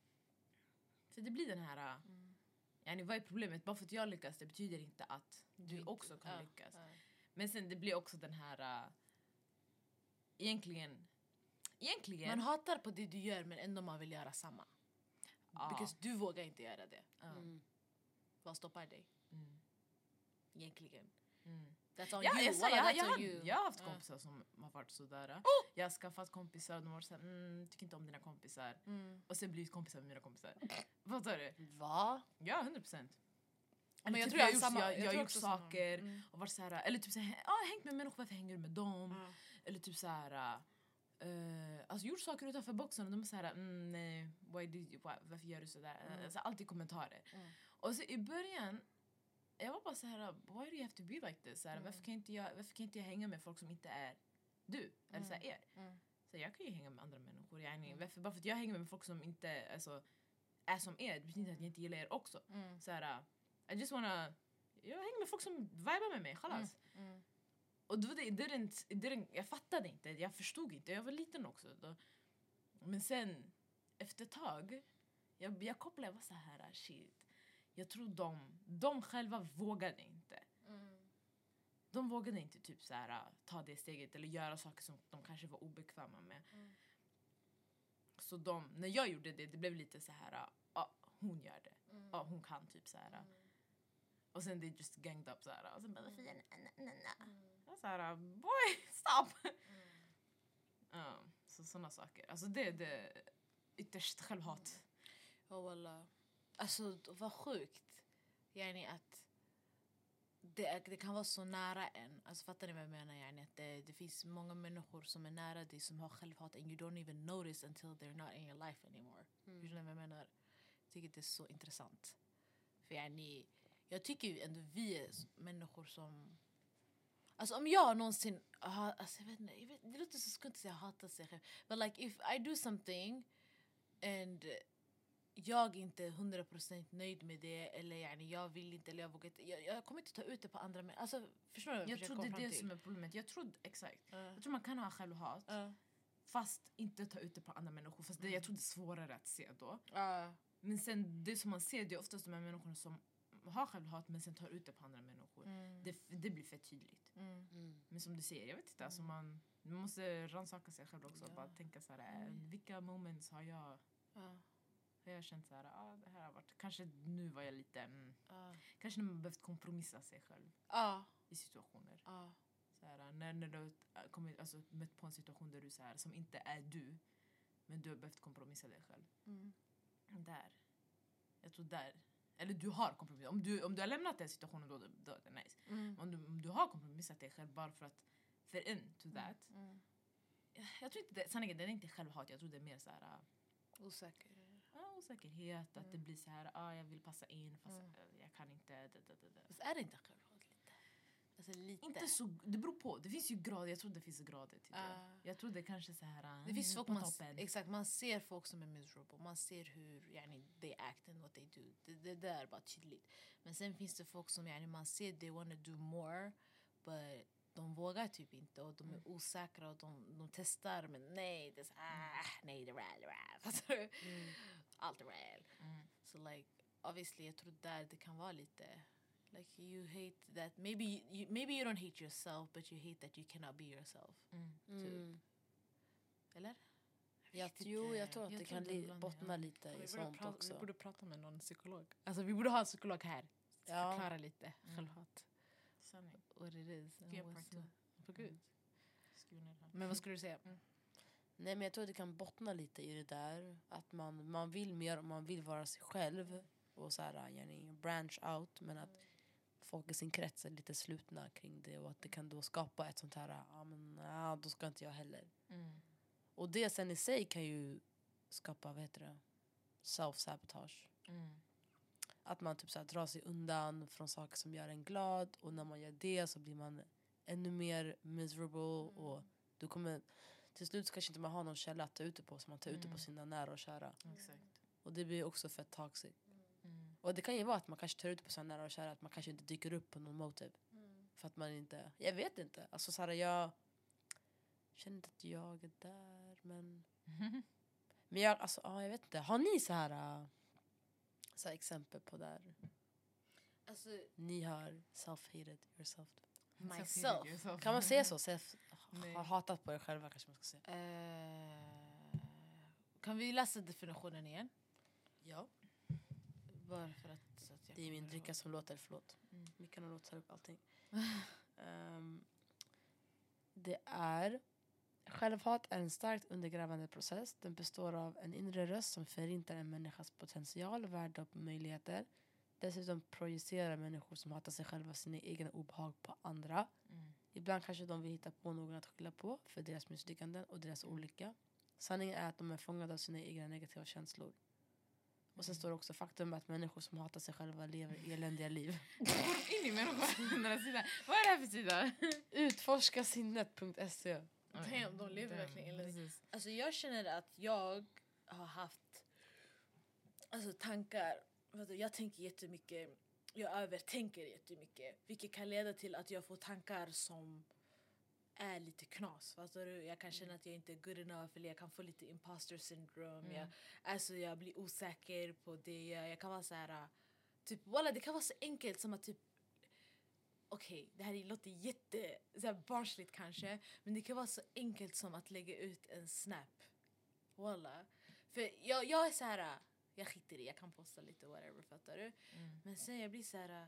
C: för det blir den här...
A: Mm.
C: Yani, vad är problemet? Bara för att jag lyckas, det betyder inte att du
A: inte-
C: också kan
A: ja,
C: lyckas.
A: ja.
C: Men sen det blir också den här... Uh, egentligen... Egentligen...
A: Man hatar på det du gör, men ändå man vill göra samma.
C: ja,
A: Because du vågar inte göra det.
C: ja,
B: Mm.
A: Vad stoppar dig?
C: mm,
A: Egentligen.
C: mm.
A: That's on
C: Ja,
A: you.
C: jag, sa,
A: Walla,
C: jag,
A: that's
C: jag,
A: on
C: har-
A: you.
C: jag har haft
A: Ja.
C: kompisar som har varit sådär. Jag har skaffat kompisar och de har varit såhär, mm, tycker inte om dina kompisar.
A: Mm.
C: Och sen blivit kompisar med mina kompisar. Vad sa du?
B: Va?
C: Ja, hundra procent.
A: Men jag
C: typ,
A: tror
C: jag
A: jag
C: har gjort,
A: samma-
C: jag,
A: jag
C: jag har
A: tror
C: gjort
A: också samma.
C: saker
A: Mm.
C: och varit såhär, eller typ såhär, ah, hängt med människor, varför hänger du med dem?
A: Ja.
C: Eller typ såhär, uh, alltså gjort saker utanför boxen och de är såhär, mm, nej, why did you, why, varför gör du sådär?
A: Mm.
C: Alltså, alltid kommentarer.
A: Mm.
C: Och så i början, jag var bara såhär, why do you have to be like this? Såhär,
A: Mm.
C: varför, kan inte jag, varför kan inte jag hänga med folk som inte är du? Eller såhär, er?
A: Mm.
C: Så jag kan ju hänga med andra människor. Yani,
A: Mm.
C: varför, bara för att jag hänger med folk som inte alltså, är som er, det betyder inte att jag inte gillar er också.
A: Mm.
C: Så här, uh, I just wanna... Jag hänger med folk som vibar med mig, chalas.
A: Mm.
C: Och då det, it didn't, it didn't, jag fattade inte, jag förstod inte. Jag var liten också. Då. Men sen, efter ett tag, jag, jag kopplade, jag var så här, shit. jag tror de, de själva vågade inte.
A: Mm.
C: De vågade inte typ så här, ta det steget eller göra saker som de kanske var obekväma med.
A: Mm.
C: Så de, när jag gjorde det, det blev lite så här, ja, hon gör det.
A: Mm.
C: Ja, hon kan typ så här. Och sen they just ganged up så här. Och sen bara, Fia, na, na, na, na. Jag så här, boy, stop! Ja, så såna saker. Alltså det är det ytterst självhat.
A: Ja, wallah. Alltså, vad sjukt. Yani att det, är, det kan vara så nära en. Alltså, fattar ni vad jag menar? Yani att det, det finns många människor som är nära dig som har självhat and you don't even notice until they're not in your life anymore.
B: Mm.
A: Förstår ni vad jag menar? Jag tycker det är så intressant. För yani, jag tycker ju ändå vi är människor som... Alltså om jag någonsin... Ha, alltså, jag vet inte, jag vet, det låter så skumt att säga hatar sig själv. But like if I do something and jag inte är hundra procent nöjd med det eller yani, jag vill inte eller jag vågar inte, jag, jag kommer inte ta ut det på andra människor. Alltså, förstår du vad
C: Jag
A: försöker
C: tror det
A: komma
C: är
A: fram
C: det
A: till?
C: som är problemet. Jag tror, exakt.
A: Uh,
C: Jag tror man kan ha självhat.
A: uh,
C: Fast inte ta ut det på andra människor. Fast det, jag tror det är svårare att se då.
A: uh,
C: Men sen det som man ser, det är oftast de här människorna som har självhat men sen tar ut det på andra människor.
A: mm,
C: Det, det blir för tydligt.
A: mm,
B: Mm.
C: Men som du säger, jag vet inte. Alltså man, man måste rannsaka sig själv också.
A: Ja.
C: Bara tänka så här,
A: Mm.
C: vilka moments har jag,
A: uh,
C: har jag känt så här, ah, det här har varit, kanske nu var jag lite, mm,
A: uh,
C: kanske när man behövt kompromissa sig själv
A: uh,
C: i situationer.
A: uh,
C: Så här, när, när du har kommit, alltså, mött på en situation där du så här, som inte är du, men du har behövt kompromissa dig själv.
A: mm,
C: Där. Jag tror där. Eller du har kompromissat. Om du, om du har lämnat den situationen då, då är det nice.
A: mm,
C: Om du, om du har kompromissat dig själv bara för att fit in to that.
A: mm.
C: Jag tror inte det, sanningen, det är inte självhat. Jag tror det är mer så här, uh,
A: Osäker.
C: uh, osäkerhet. Att
A: Mm.
C: det blir så här, ah, jag vill passa in fast
A: Mm.
C: uh, jag kan inte. Da, da, da, da.
A: Fast är det inte självhat lite? Alltså lite.
C: Inte så, det beror på. Det finns ju grader. Jag tror det finns grader till det.
A: Ah.
C: Jag tror det kanske så här. Uh,
A: Det finns folk
C: på
A: man,
C: toppen.
A: exakt, man ser folk som är miserable. Man ser hur yani, they act and what they do. Det, det där är bara tydligt. Men sen finns det folk som yani, man ser they wanna do more but de vågar typ inte och de är
C: Mm.
A: osäkra och de, de testar men nej, det är så, ah, nej det är väl, det är väl. Fattar du?
B: Mm.
A: Allt är väl.
C: Mm.
A: Så like, obviously jag tror där det kan vara lite like you hate that maybe you, maybe you don't hate yourself but you hate that you cannot be yourself.
C: Mm.
B: Mm.
A: Eller?
B: Jag,
A: vet
B: jo,
A: inte.
B: jag tror att
C: Jag
B: det
C: tror
B: kan
C: det
B: li-
C: ibland,
B: bottna
C: ja.
B: lite
A: Vi
B: i
A: borde,
B: sånt
A: prata,
B: också.
A: vi borde prata med någon psykolog. Alltså vi borde ha en psykolog här.
B: Ja.
A: Förklara lite
C: Mm.
A: självhat.
C: Sanning.
A: What it is. and
C: Ska jag
A: what's
C: part
A: the-
C: two?
A: På gud.
C: Skriv ner det här.
A: Men vad skulle du säga?
B: Nej, men jag tror att det kan bottna lite i det där. Att man, man vill mer och man vill vara sig själv. Och så här, yani, branch out. Men att folk i sin krets är lite slutna kring det. Och att det kan då skapa ett sånt här, ja men ja, då ska inte jag heller.
C: Mm.
B: Och det sen i sig kan ju skapa, vad heter det? Self-sabotage.
C: Mm.
B: Att man typ så här drar sig undan från saker som gör en glad. Och när man gör det så blir man ännu mer miserable. Och du kommer, till slut så kanske inte man har någon källa att ta ut det på. Så man tar ut det
C: Mm.
B: på sina nära och kära.
C: Exakt.
B: Och det blir också för toxic.
C: Mm.
B: Och det kan ju vara att man kanske tar ut det på sina nära och kära. Att man kanske inte dyker upp på någon motiv. För att man inte, jag vet inte. Alltså så här, jag känner inte att jag är där. Men, men jag, alltså, ja, jag vet inte. Har ni så här, äh, så här exempel på där
A: Alltså,
B: ni har self-hated yourself?
A: myself.
B: Kan man säga så? Self,
C: Nej.
B: har hatat på er själva kanske man ska säga.
A: Eh, kan vi läsa definitionen igen?
B: Ja.
A: Bara för att, så att jag
B: Det är min
A: kommer
B: dricka
A: ihåg.
B: som låter, förlåt.
C: Mm.
B: Mickarna låter upp allting. Ehm, det är självhat är en starkt undergrävande process. Den består av en inre röst som förintar en människas potential, värde och möjligheter. Dessutom projicerar människor som hatar sig själva sina egna obehag på andra.
C: Mm.
B: Ibland kanske de vill hitta på någon att skylla på för deras misslyckanden och deras olycka. Sanningen är att de är fångade av sina egna negativa känslor. Och sen står det också faktum att människor som hatar sig själva lever eländiga liv.
C: Går in i människor den här sidan. Vad är det här för sida?
B: Utforska sinnet punkt se.
A: Damn, de lever verkligen eländigt.
C: Precis.
A: Alltså jag känner att jag har haft alltså, tankar. Vet du, jag tänker jättemycket. Jag övertänker jättemycket. Vilket kan leda till att jag får tankar som är lite knas. Fattar du? Jag kan känna att jag inte är good enough. Eller jag kan få lite imposter syndrome.
C: Mm.
A: Jag, alltså jag blir osäker på det. Jag, jag kan vara så här. Typ, walla, det kan vara så enkelt som att typ okej, okay, det här låter jätte så här, barnsligt kanske, men det kan vara så enkelt som att lägga ut en snap. Walla. För jag, jag är så här, jag skiter i, jag kan posta lite whatever, fattar du?
C: Mm.
A: Men sen jag blir så här,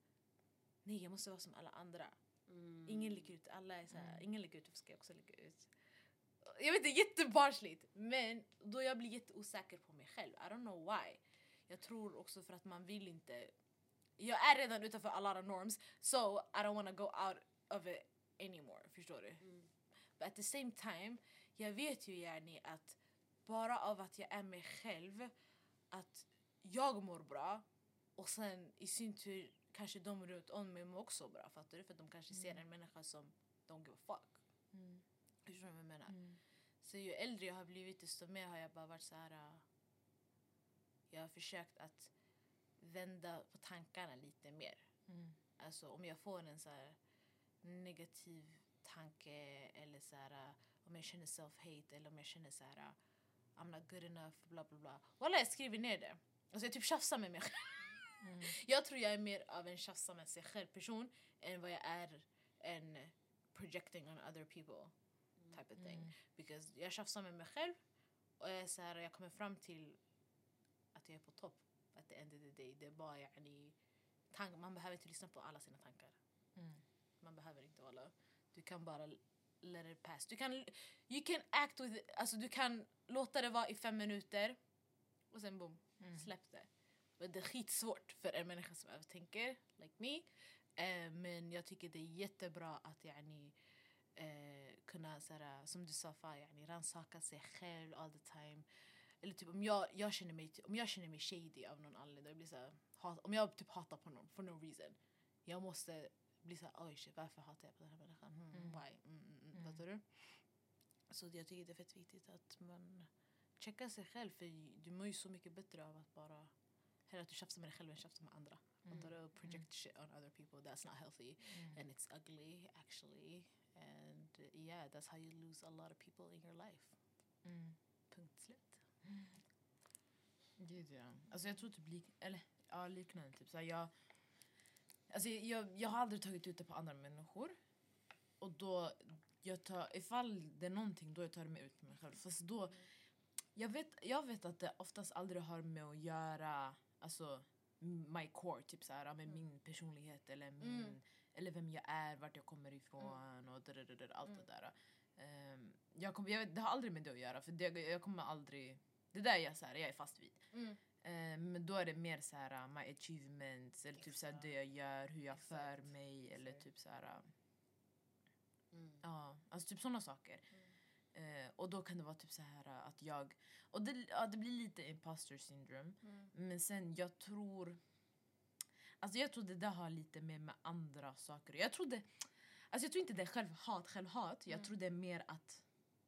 A: nej, jag måste vara som alla andra.
B: Mm.
A: Ingen lägger ut, alla är så här,
C: Mm.
A: ingen lägger ut, ska jag också lägga ut. Jag vet inte, jättebarnsligt. Men då jag blir jätteosäker på mig själv. I don't know why. Jag tror också för att man vill inte. Jag är redan utanför a lot of norms. So I don't want to go out of it anymore. Förstår du?
B: Mm.
A: But at the same time. Jag vet ju gärna att bara av att jag är mig själv. Att jag mår bra. Och sen i sin tur kanske de runt om mig mår också bra. Fattar du? För att de kanske ser en människa som don't give a fuck.
C: Mm.
A: Förstår du vad jag menar?
C: Mm.
A: Så ju äldre jag har blivit, desto mer har jag bara varit så här. Uh, jag har försökt att vända på tankarna lite mer.
C: Mm.
A: Alltså om jag får en så här negativ tanke eller så här, uh, om jag känner self-hate eller om jag känner så här, uh, I'm not good enough, bla bla bla. Walla, jag skriver ner det. Alltså jag typ tjafsar med mig själv.
C: Mm.
A: Jag tror jag är mer av en tjafsar med sig själv person än vad jag är en projecting on other people type of thing.
C: Mm.
A: Because jag tjafsar med mig själv och jag, är så här, jag kommer fram till att jag är på topp at the end of the day. Det är bara yani, tank, man behöver inte lyssna på alla sina tankar.
C: Mm.
A: Man behöver inte alla. Du kan bara let it pass. Du kan, you can act with it, alltså du kan låta det vara i fem minuter och sen boom,
C: Mm.
A: släpp det. Men det är skitsvårt för en människa som övertänker, like me. Eh, men jag tycker det är jättebra att yani, eh, kunna såhär, som du sa för yani, rannsaka sig själv all the time. Eller typ om jag, jag känner mig om jag känner mig shady av någon anledning, jag blir så här, hat, om jag typ hatar på någon for no reason. Jag måste bli så här, oj shit, varför hatar jag på den här människan? Hmm,
C: Mm.
A: why? Mm, mm, mm.
C: Mm.
A: Fattar du? Så jag tycker det är fett viktigt att man checkar sig själv, för du mår ju så mycket bättre av att bara hellre att du tjafsar med dig själv än tjafsar med andra.
C: Mm.
A: Fattar du? Project shit on other people, that's not healthy.
C: Mm.
A: And it's ugly actually. And uh, yeah, that's how you lose a lot of people in your life.
C: Mm.
A: Punkt slut.
C: Gud, ja. Alltså jag tror typ lik, eller ja, liknande typ så här, jag alltså jag jag har aldrig tagit ut det på andra människor. Och då jag tar ifall det är någonting då jag tar det med ut på mig själv. Fast då jag vet jag vet att det oftast aldrig har med att göra alltså my core typ så här med
A: Mm.
C: min personlighet eller min
A: Mm.
C: eller vem jag är, vart jag kommer ifrån och där, där, där, allt
A: Mm.
C: det där. Um, jag kommer jag vet, det har aldrig med det att göra för det, jag kommer aldrig det där är jag så här, jag är fast vid.
A: Mm.
C: Eh, men då är det mer så här uh, my achievements eller typ så här, det jag gör, hur jag
A: Exakt.
C: för mig eller
A: Exakt.
C: typ så här uh,
B: Mm.
C: ja, alltså typ såna saker.
A: Mm.
C: Eh, och då kan det vara typ så här uh, att jag och det, ja, det blir lite imposter syndrome,
A: Mm.
C: men sen jag tror alltså jag tror det där har lite mer med andra saker. Jag tror det alltså jag tror inte det är självhat, självhat. Jag
A: Mm.
C: tror det är mer att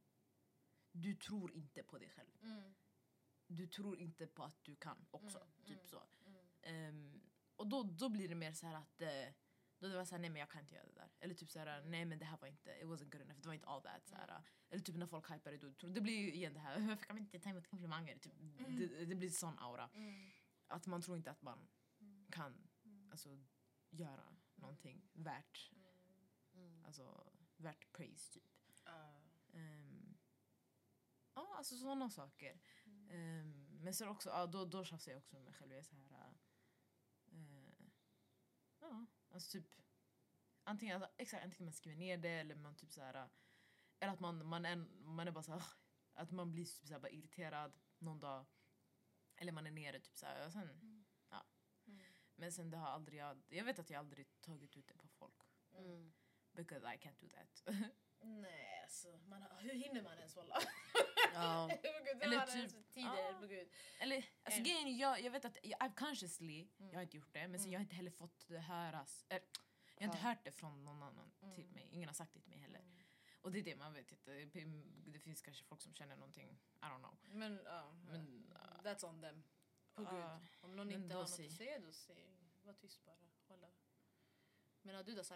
C: du tror inte på dig själv.
A: Mm.
C: Du tror inte på att du kan också,
A: Mm,
C: typ
A: mm.
C: så.
A: Mm.
C: Ehm, och då, då blir det mer så här att eh, då det var så här, nej men jag kan inte göra det där. Eller typ så här, nej men det här var inte, it wasn't good enough, det var inte all that. Så här, eller typ när folk hypar det, då, det blir ju igen det här, varför kan man inte ta emot komplimanger? Typ,
A: Mm.
C: det, det blir sån aura.
A: Mm.
C: Att man tror inte att man
A: Mm.
C: kan
A: Mm.
C: alltså, göra någonting värt,
B: Mm.
C: alltså värt praise typ.
A: Ah.
C: Ehm, ja, alltså sådana saker.
A: Mm.
C: Ehm, men sen också, ja, då, då tjafsar jag också med mig själv. Jag är så här, äh, ja, alltså typ antingen, alltså, exakt, antingen man skriver ner det eller man typ så här, eller att man, man, är, man är bara så här, att man blir typ så här, bara irriterad någon dag. Eller man är nere typ så här, och sen,
A: Mm.
C: ja.
A: Mm.
C: Men sen det har aldrig, jag, jag vet att jag aldrig tagit ut det på folk.
B: Mm.
C: Because I can't do that.
A: Nej, alltså, man har, hur hinner man ens walla?
B: Ja.
A: Eller
C: Eller
A: typ
C: typ-
A: tider,
C: ah.
A: på gud.
C: Eller, alltså
A: En-
C: grejen är, jag, jag vet att jag, I've consciously,
A: Mm.
C: jag har inte gjort det, men sen
A: Mm.
C: jag har inte heller fått det höras. Äh, jag har inte
B: Ja.
C: hört det från någon annan till
A: Mm.
C: mig. Ingen har sagt det till mig heller.
A: Mm.
C: Och det är det man vet inte. Det finns kanske folk som känner någonting, I don't know.
A: Men ja,
C: Men,
A: ja.
C: uh,
A: that's on them. På
C: uh,
A: gud. Om någon
C: men
A: inte
C: då
A: har något
C: säg.
A: att säga, då säg. Var tyst bara. Hålla. Men ja, du då, Sara?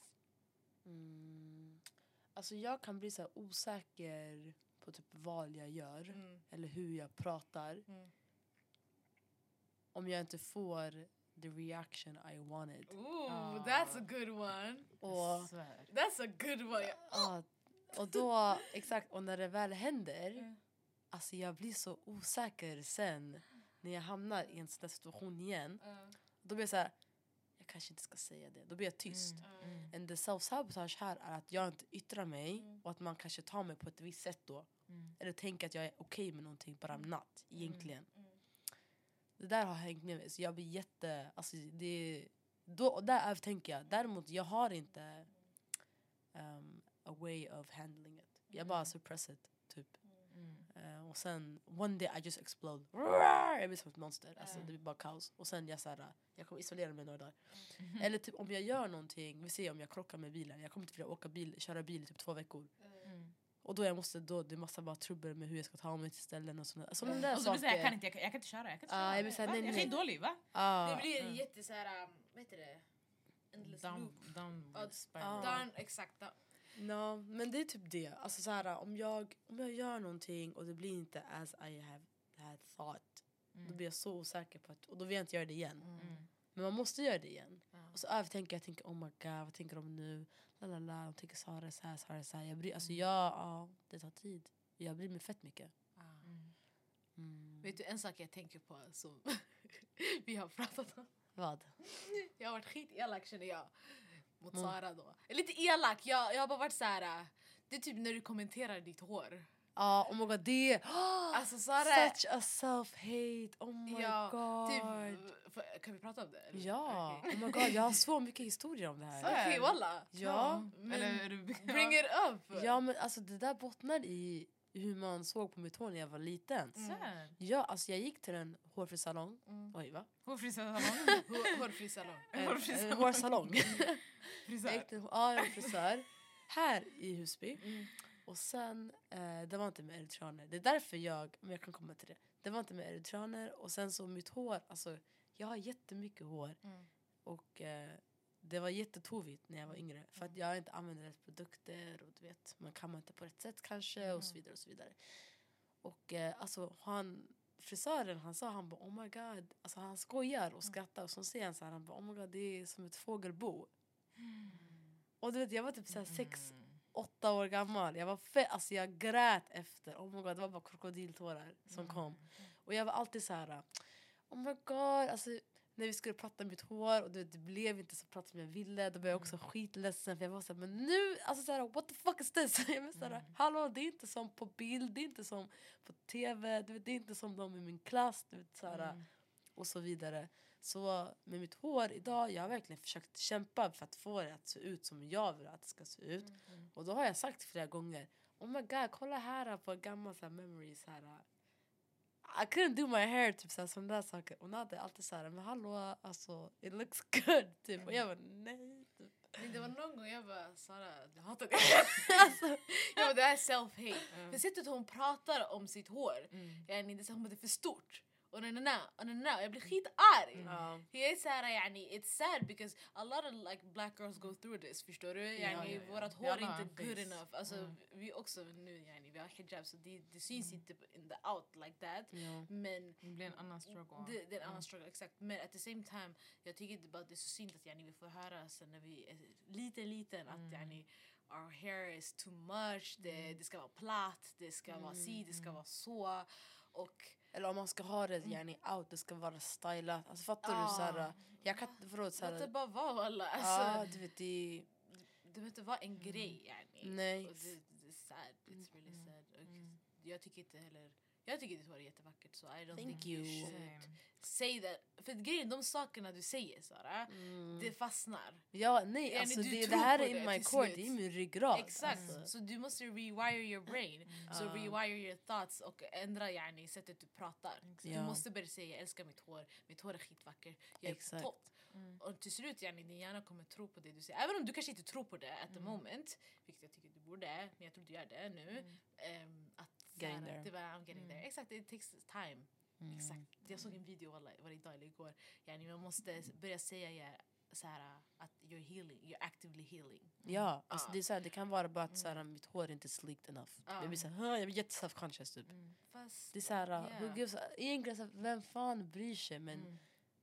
B: Mm. Alltså jag kan bli så här osäker på typ vad jag gör
A: Mm.
B: eller hur jag pratar
A: Mm.
B: om jag inte får the reaction I wanted.
A: Ooh,
C: Ah.
A: that's a good one.
B: Och,
C: Svär.
A: That's a good one.
B: ja, och då, exakt, och när det väl händer,
A: Mm.
B: alltså jag blir så osäker sen när jag hamnar i en sån där situation igen.
A: Uh,
B: Då blir jag så här, jag kanske inte ska säga det. Då blir jag tyst.
C: Mm.
B: And the self-sabotage här är att jag inte yttrar mig
A: Mm.
B: och att man kanske tar mig på ett visst sätt då.
C: Mm.
B: Eller tänker att jag är okej med någonting, but I'm not, egentligen.
A: Mm.
B: Det där har hängt med mig, så jag blir jätte... Alltså det, då, och där övertänker jag. Däremot, jag har inte um, a way of handling it. Jag bara suppress it, typ.
C: Mm.
B: Uh, och sen, one day I just explode. Roar! Jag blir som ett monster. Alltså,
A: Mm.
B: det blir bara kaos. Och sen jag, så här, jag kommer isolera mig några dagar.
C: Mm.
B: Eller typ om jag gör någonting, vi ser om jag krockar med bilen. Jag kommer inte vilja åka bil, köra bil i typ två veckor.
C: Mm.
B: Och då jag måste, då, det måste vara trubbel med hur jag ska ta mig till ställen och sådana, sådana där
C: Och så blir det så här, jag kan
B: saker.
C: inte, jag kan, jag kan inte köra, jag kan inte
B: Ah,
C: köra.
B: jag blir så här,
C: Va?
B: nej,
C: jag
B: nej.
C: är dålig, va?
B: Ah,
A: Det blir en
C: Mm.
A: jätte så här, um, vad heter det? Endless
C: Down,
A: loop.
C: downward
A: Ja,
C: spiral.
B: Ah.
A: Down, exakt. Down.
B: no, men det är typ det. Alltså så här, om jag, om jag gör någonting och det blir inte as I have had thought,
C: Mm.
B: då blir jag så osäker på att, och då vill jag inte göra det igen.
C: Mm.
B: Men man måste göra det igen.
A: Ja.
B: Och så övertänker jag, jag tänker oh my god, vad tänker de nu? La la la, de tänker Sara så här, Sara så här. Jag bryr, alltså
C: Mm.
B: jag, ja, det tar tid. Jag bryr mig fett mycket.
A: Ah.
C: Mm.
B: Mm.
A: Vet du en sak jag tänker på som vi har pratat om?
B: Vad?
A: Jag har varit skitelak känner jag mot
B: Mm.
A: Sara då. Lite elak, jag, jag har bara varit så här. äh, det är typ när du kommenterar ditt hår.
B: Ja, oh my god, det
A: Alltså Sara,
B: such a self-hate, oh my
A: ja,
B: god.
A: typ, får- kan vi prata om det? eller?
B: Ja,
A: Okej.
B: oh my god, jag har så mycket historier om det här.
A: Okej, walla.
B: Ja,
A: Men
C: Eller är du...
A: bring it up.
B: ja men alltså det där bottnar i hur man såg på mitt hår när jag var liten.
A: Mm.
C: Svär.
B: Ja, alltså jag gick till en hårfrissalong.
A: Mm.
B: Oj, va?
C: Hårfrisörsalong.
A: Hår- Hårfri salong.
B: En,
C: Hårfrisör.
B: en hårsalong. Jag
C: Frisör.
B: gick till ja, en frisör här i Husby.
A: Mm.
B: Och sen, eh, det var inte med eritreaner. Det är därför jag, men jag kan komma till det. Det var inte med eritreaner. Och sen så mitt hår, alltså jag har jättemycket hår.
A: Mm.
B: Och eh, det var jättetovigt när jag var yngre. För att jag inte använde rätt produkter. Och du vet, man kammar inte på rätt sätt kanske. Och så vidare och så vidare. Och eh, alltså han, frisören han sa, han bara oh my god. Alltså han skojar och skrattar. Och så säger han så här, han bara oh my god, det är som ett fågelbo. Och du vet, jag var typ så här sex,
C: Mm.
B: åtta år gammal. Jag var fe- alltså jag grät efter. Oh my god, det var bara krokodiltårar som kom. Och jag var alltid så här, oh my god, alltså när vi skulle prata mitt hår och det, det blev inte så prat som jag ville, då blev jag också skitledsen för jag var så här, men nu, alltså så här, what the fuck is this? Jag var så här, hallå, det är inte som på bild, det är inte som på tv, du vet, det är inte som de i min klass, du vet, så här,
C: Mm.
B: och så vidare. Så med mitt hår idag, jag har verkligen försökt kämpa för att få det att se ut som jag vill att det ska se ut.
C: Mm.
B: Och då har jag sagt flera gånger, oh my god, kolla här på gamla så här, memories här. I couldn't do my hair, typ såhär, sådana där saker. Och Nada är alltid såhär, men hallå, alltså, it looks good, typ. Och jag bara, nej, typ.
A: Men det var någon gång jag bara, Sara, du hatar det.
B: Alltså,
A: Jag bara, det här är self-hate. För sättet hon pratar om sitt hår,
C: Mm.
A: yani, det är så hon bara, det är för stort. Och na, na, na, och na, na, na. Jag blir skitarg.
B: ja.
A: Jag är såhär, yani, it's sad because a lot of like black girls go through this, förstår du? Yani,
C: ja, ja.
A: vårat
C: Vi
A: hår
C: alla
A: är
C: har
A: inte
C: en
A: good
C: face.
A: enough. Alltså,
C: Mm.
A: vi också nu, yani, vi har hijab så det, det syns inte in the out like that.
B: Ja.
A: Men
C: Det blir en annan struggle.
A: det, det är en annan
C: Mm.
A: struggle, exakt. Men at the same time, jag tycker det, bara, det är så synd att yani, vi får höra sen när vi är liten, liten att
C: Mm.
A: yani, our hair is too much, det, det ska vara platt, det ska vara si, det ska
C: Mm.
A: vara så. Och
B: Eller om man ska ha det yani, out, det ska vara stylat. Alltså fattar du?
A: Ah.
B: Såhär, jag kan inte, förlåt,
A: låt det
B: såhär.
A: bara vara alla.
B: Ja,
A: Alltså,
B: du vet, det
A: det behöver inte vara en grej yani.
B: Nej.
A: Och det, det är sad, it's really
C: Mm.
A: sad. Och
C: Mm.
A: jag tycker inte heller, jag tycker ditt hår är jättevackert så I don't
B: Thank
A: think
B: you.
A: you should
C: Same.
A: say that. För grejen, de sakerna du säger Sara,
B: mm.
A: det fastnar.
B: Ja, nej,
A: Yani,
B: alltså
A: du
B: det, det
A: tror
B: här
A: på
B: är in
A: det
B: my
A: till
B: core,
A: slut.
B: det är min ryggrad.
A: Exakt,
B: Alltså.
A: så du måste rewire your brain. Så
B: Ah.
A: rewire your thoughts och ändra yani, sättet du pratar. Du
B: Ja.
A: måste börja säga jag älskar mitt hår, mitt hår är skitvackert, jag är
B: Exakt.
A: på topp.
C: Mm.
A: Och till slut yani, din hjärna kommer tro på det du säger. Även om du kanske inte tror på det at the
C: Mm.
A: moment, vilket jag tycker du borde, men jag tror du gör det nu.
C: Mm.
A: ehm, att
B: Getting
A: såhär,
B: there.
A: det var I'm getting
C: Mm.
A: there. Exakt, it takes time.
B: Mm.
A: Exakt. Jag såg en video alla, var det idag eller igår. Yani, man måste börja säga ja, såhär, att you're healing, you're actively healing.
B: Ja, alltså
A: Ah.
B: det, är så här, det kan vara bara att så här, mitt hår är inte sleeked enough.
A: Ah.
B: Jag blir så här, jag blir jätte-self-conscious typ.
C: Mm.
A: Fast,
B: Det är så här,
A: yeah.
B: who gives, egentligen så här, vem fan bryr sig? Men
A: Mm.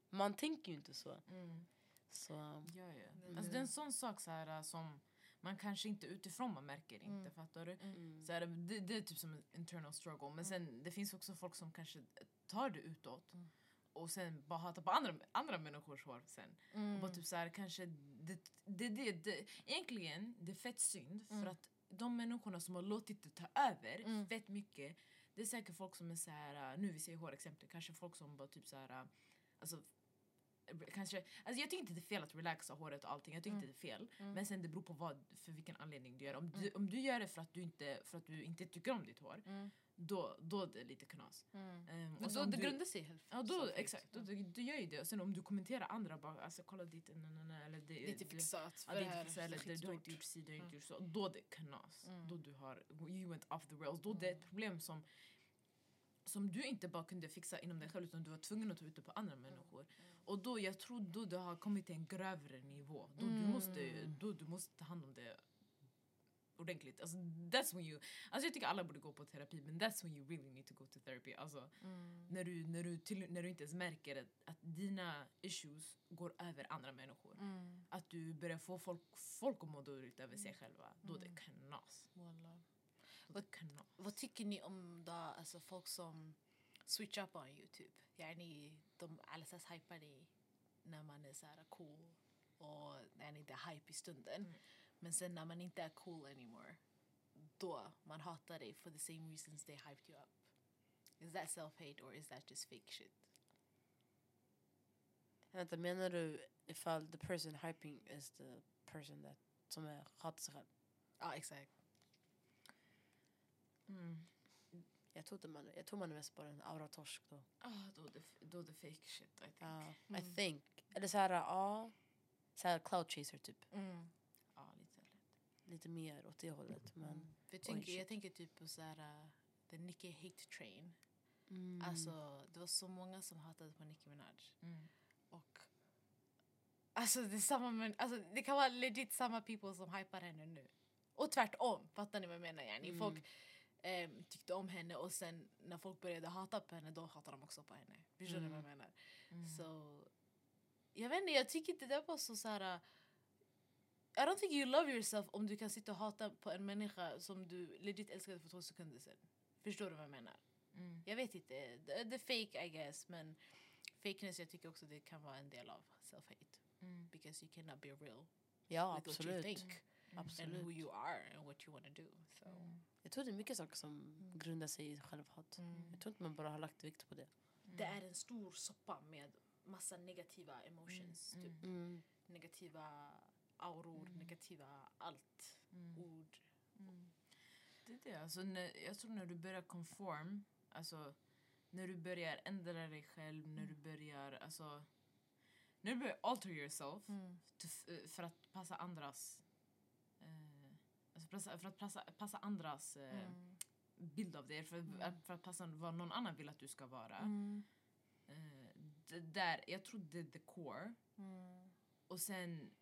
B: man tänker ju inte så.
C: Mm.
B: Så
C: Ja, ja.
B: Mm.
C: Alltså det är en sån sak så här, som man kanske inte utifrån man märker inte,
A: Mm.
C: fattar du?
B: mm.
C: Så här, det, det är typ som en internal struggle. Men sen det finns också folk som kanske tar det utåt.
A: Mm.
C: Och sen bara hatar på andra, andra människors hår sen.
A: Mm.
C: Och bara typ så här, kanske det, det, det, det, egentligen det är fett synd.
A: Mm.
C: För att de människorna som har låtit det ta över
A: Mm.
C: fett mycket. Det är säkert folk som är så här, nu vi ser hårexempel. Kanske folk som bara typ så här, alltså kanske, alltså jag tycker inte det är fel att relaxa håret och allting. Jag tycker
A: Mm.
C: inte det är fel.
A: Mm.
C: Men sen det beror på vad, för vilken anledning du gör. Om du,
A: Mm.
C: om du gör det för att du inte, för att du inte tycker om ditt hår,
A: Mm.
C: då, då är det lite knas.
A: Mm.
C: Um,
A: Men
C: och så
A: då
C: om
A: det
C: du,
A: grundar sig helt.
C: ja, då,
A: så
C: exakt, då,
A: fint.
C: du, du gör ju det. Och sen om du kommenterar andra, bara alltså kolla ditt, nej, nej, nej, eller det,
A: Lite
C: det-
A: fixat.
C: ja,
A: för
C: det
A: det
C: är
A: här
C: inte fixat, eller
A: är
C: det, du har inte
A: skitstort.
C: gjort si, du har inte
A: Mm.
C: gjort så. Då är det knas.
A: Mm.
C: Då du har, you went off the rails. Då det är ett problem som som du inte bara kunde fixa inom dig själv, utan du var tvungen att ta ut det på andra människor. Och då, jag tror då du har kommit till en grövre nivå. Då, du,
A: Mm.
C: måste, då du måste ta hand om det ordentligt. Alltså, that's when you, alltså jag tycker alla borde gå på terapi, men that's when you really need to go to therapy. Alltså,
A: Mm.
C: när, du, när, du till, när du inte ens märker att, att dina issues går över andra människor.
A: Mm.
C: Att du börjar få folk, folk att må dåligt över sig själva. Då är det knas.
A: Wallah.
C: Då är det knas.
A: Vad tycker ni om då, alltså folk som switch up on YouTube? Yani, de allsas hypar dig när man är så här cool och yani, det är hype i stunden.
C: Mm.
A: Men sen när man inte är cool anymore, då man hatar dig for the same reasons they hyped you up. Is that self-hate or is that just fake shit?
B: Vänta, menar du ifall the person hyping is the person that som är hatar sig själv?
A: Ja, exakt.
C: Mm.
B: Jag tror inte man, jag tror man är mest bara en auratorsk då.
C: Ah, då, är det, då är det fake shit, I think.
B: Ja,
A: Mm.
B: I think. Eller så här, ja. Så här cloud chaser typ.
A: Mm.
C: Ja, lite lätt.
B: Lite mer åt det hållet. Men,
A: Mm. För jag, tänker,
B: shit.
A: jag tänker typ på så här, uh, the Nicki hate train.
B: mm.
A: Alltså, det var så många som hatade på Nicki Minaj.
C: Mm.
A: Och alltså det, är samma, men, alltså det kan vara legit samma people som hypar henne nu. Och tvärtom, fattar ni vad jag menar? Yani?
B: Mm.
A: Folk ehm, tyckte om henne och sen när folk började hata på henne, då hatar de också på henne. Förstår ni
B: Mm.
A: vad jag menar?
C: Mm.
A: Så jag vet inte, jag tycker inte det var så såhär. uh, I don't think you love yourself om du kan sitta och hata på en människa som du legit älskade för två sekunder sedan. Förstår du vad jag menar?
C: Mm.
A: Jag vet inte, det det är fake I guess, men fakeness jag tycker också det kan vara en del av self-hate.
C: Mm.
A: Because you cannot be real
B: Ja,
A: with what you
B: absolut.
A: think and
B: Absolut.
A: who you are and what you want to do. So.
C: Mm.
B: Jag tror det är mycket saker som grundar sig i självhat.
A: Mm.
B: Jag tror inte man bara har lagt vikt på det.
A: Det är en stor soppa med massa negativa emotions.
C: Mm.
A: Typ.
B: Mm.
A: Negativa auror,
C: Mm.
A: negativa allt.
C: Mm.
A: Ord.
C: Mm. Det är det. Alltså, när, jag tror när du börjar conform, alltså när du börjar ändra dig själv, när du börjar, alltså när du börjar alter yourself to, f- för att passa andras eh, alltså passa, för att passa, passa andras eh,
A: Mm.
C: bild av dig, för,
A: Mm.
C: för att passa vad någon annan vill att du ska vara.
A: Mm.
C: Eh, det där, jag tror det är the core.
A: Mm.
C: Och sen,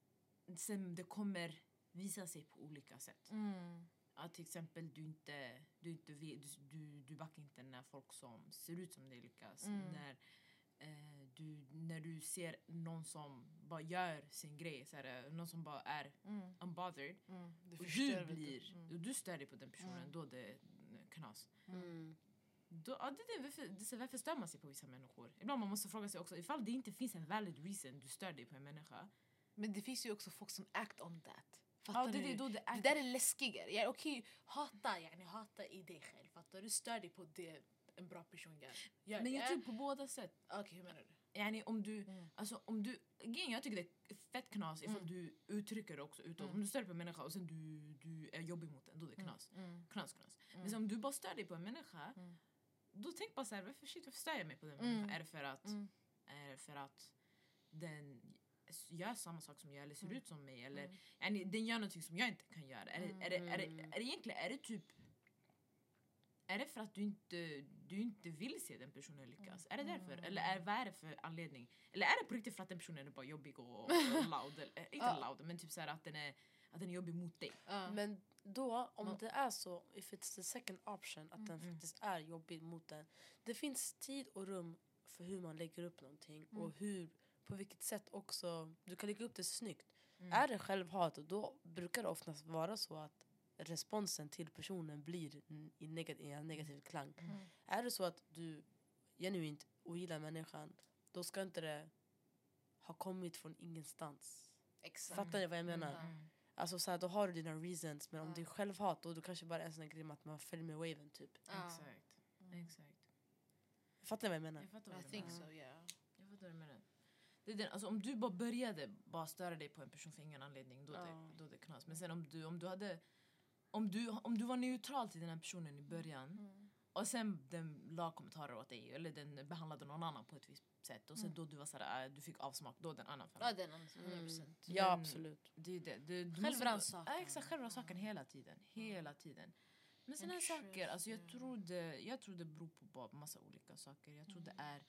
C: sen det kommer visa sig på olika sätt.
A: Mm.
C: Att till exempel du inte, du inte vet, du, du, du backar inte när folk som ser ut som dig lyckas.
A: Mm.
C: När, eh, du, när du ser någon som bara gör sin grej, så här, någon som bara är
A: Mm.
C: unbothered.
A: Mm. Det
C: Och
A: förstör
C: du
A: lite.
C: blir,
A: Mm.
C: och du stör dig på den personen,
A: Mm.
C: då det är knas.
B: Mm.
C: Då, ja, det är det, varför, det är varför stör man sig på vissa människor? Ibland man måste fråga sig också, ifall det inte finns en valid reason du stör dig på en människa.
A: Men det finns ju också folk som act on that.
C: Ja,
A: Fattar
C: det,
A: ni?
C: det, är då det
A: Det
C: är.
A: där är läskigare. Ja, okej, hata, yani, hata i dig själv. Fattar du? Stör dig på det en bra person gör. gör
C: Men
A: det.
C: jag tror på båda sätt.
A: Okej, hur menar du?
C: Yani, om du,
A: Mm.
C: alltså, om du, igen, jag tycker det är fett knas ifall
A: Mm.
C: du uttrycker det också utåt.
A: Mm.
C: Om du stör dig på en människa och sen du, du är jobbig mot den, då är det knas.
A: Mm.
C: Knas, knas.
A: Mm.
C: Men så om du bara stör dig på en människa,
A: Mm.
C: då tänk bara så här, varför, shit, varför stör jag mig på den
A: Mm.
C: människan? Är det för att,
A: Mm.
C: är det för att den gör samma sak som jag eller ser
A: Mm.
C: ut som mig? Eller
A: Mm.
C: yani, den gör någonting som jag inte kan göra? Är, det, är, det, är, det,
B: Mm.
C: är det egentligen, är det typ, är det för att du inte, du inte vill se den personen lyckas? Är det därför?
A: Mm.
C: Eller är, vad är det för anledning? Eller är det på riktigt för att den personen är bara jobbig och, och loud? Eller, inte
A: Ja.
C: loud, men typ så här att den är, att den är jobbig mot dig.
A: Ja.
B: Men då, om
A: Ja.
B: det är så, if it's the second option, att den
C: Mm.
B: faktiskt är jobbig mot den. Det finns tid och rum för hur man lägger upp någonting.
A: Mm.
B: Och hur, på vilket sätt också, du kan lägga upp det snyggt.
C: Mm.
B: Är det självhat, då brukar det oftast vara så att responsen till personen blir n- i, negat- i en negativ klang.
A: Mm.
B: Är det så att du genuint ogillar människan, då ska inte det ha kommit från ingenstans.
A: Exakt.
B: Fattar ni vad jag menar?
A: Mm.
C: Mm.
B: Alltså så här, då har du dina reasons. Men om
A: Ja.
B: det är självhat, då, då kanske bara är en sån här grej med att man följer med waven typ.
A: Ja.
C: Exakt.
A: Mm.
C: Exakt.
B: Fattar ni vad jag menar?
C: Jag fattar
A: I
C: vad du
A: think
C: menar.
A: so, yeah.
C: Jag fattar vad du menar. Det är den, alltså, om du bara började bara störa dig på en person för ingen anledning, då, är
B: Ja.
C: det, då är det knas. Men sen om du, om du hade om du, om du var neutral till den här personen i början
A: Mm.
C: och sen den la kommentarer åt dig eller den behandlade någon annan på ett visst sätt och sen
A: Mm.
C: då du var sådär, äh, du fick avsmak, då är det en annan femma.
A: Ja, den är hundra procent.
B: Ja,
C: Men-
B: absolut.
C: Det är det. Du, du
A: Självrannsakan.
C: måste- Ja, exakt, självrannsakan hela tiden. Hela tiden. Men sådana här saker, alltså jag
A: Interesting.
C: tror det, jag tror det beror på bara massa olika saker. Jag tror det är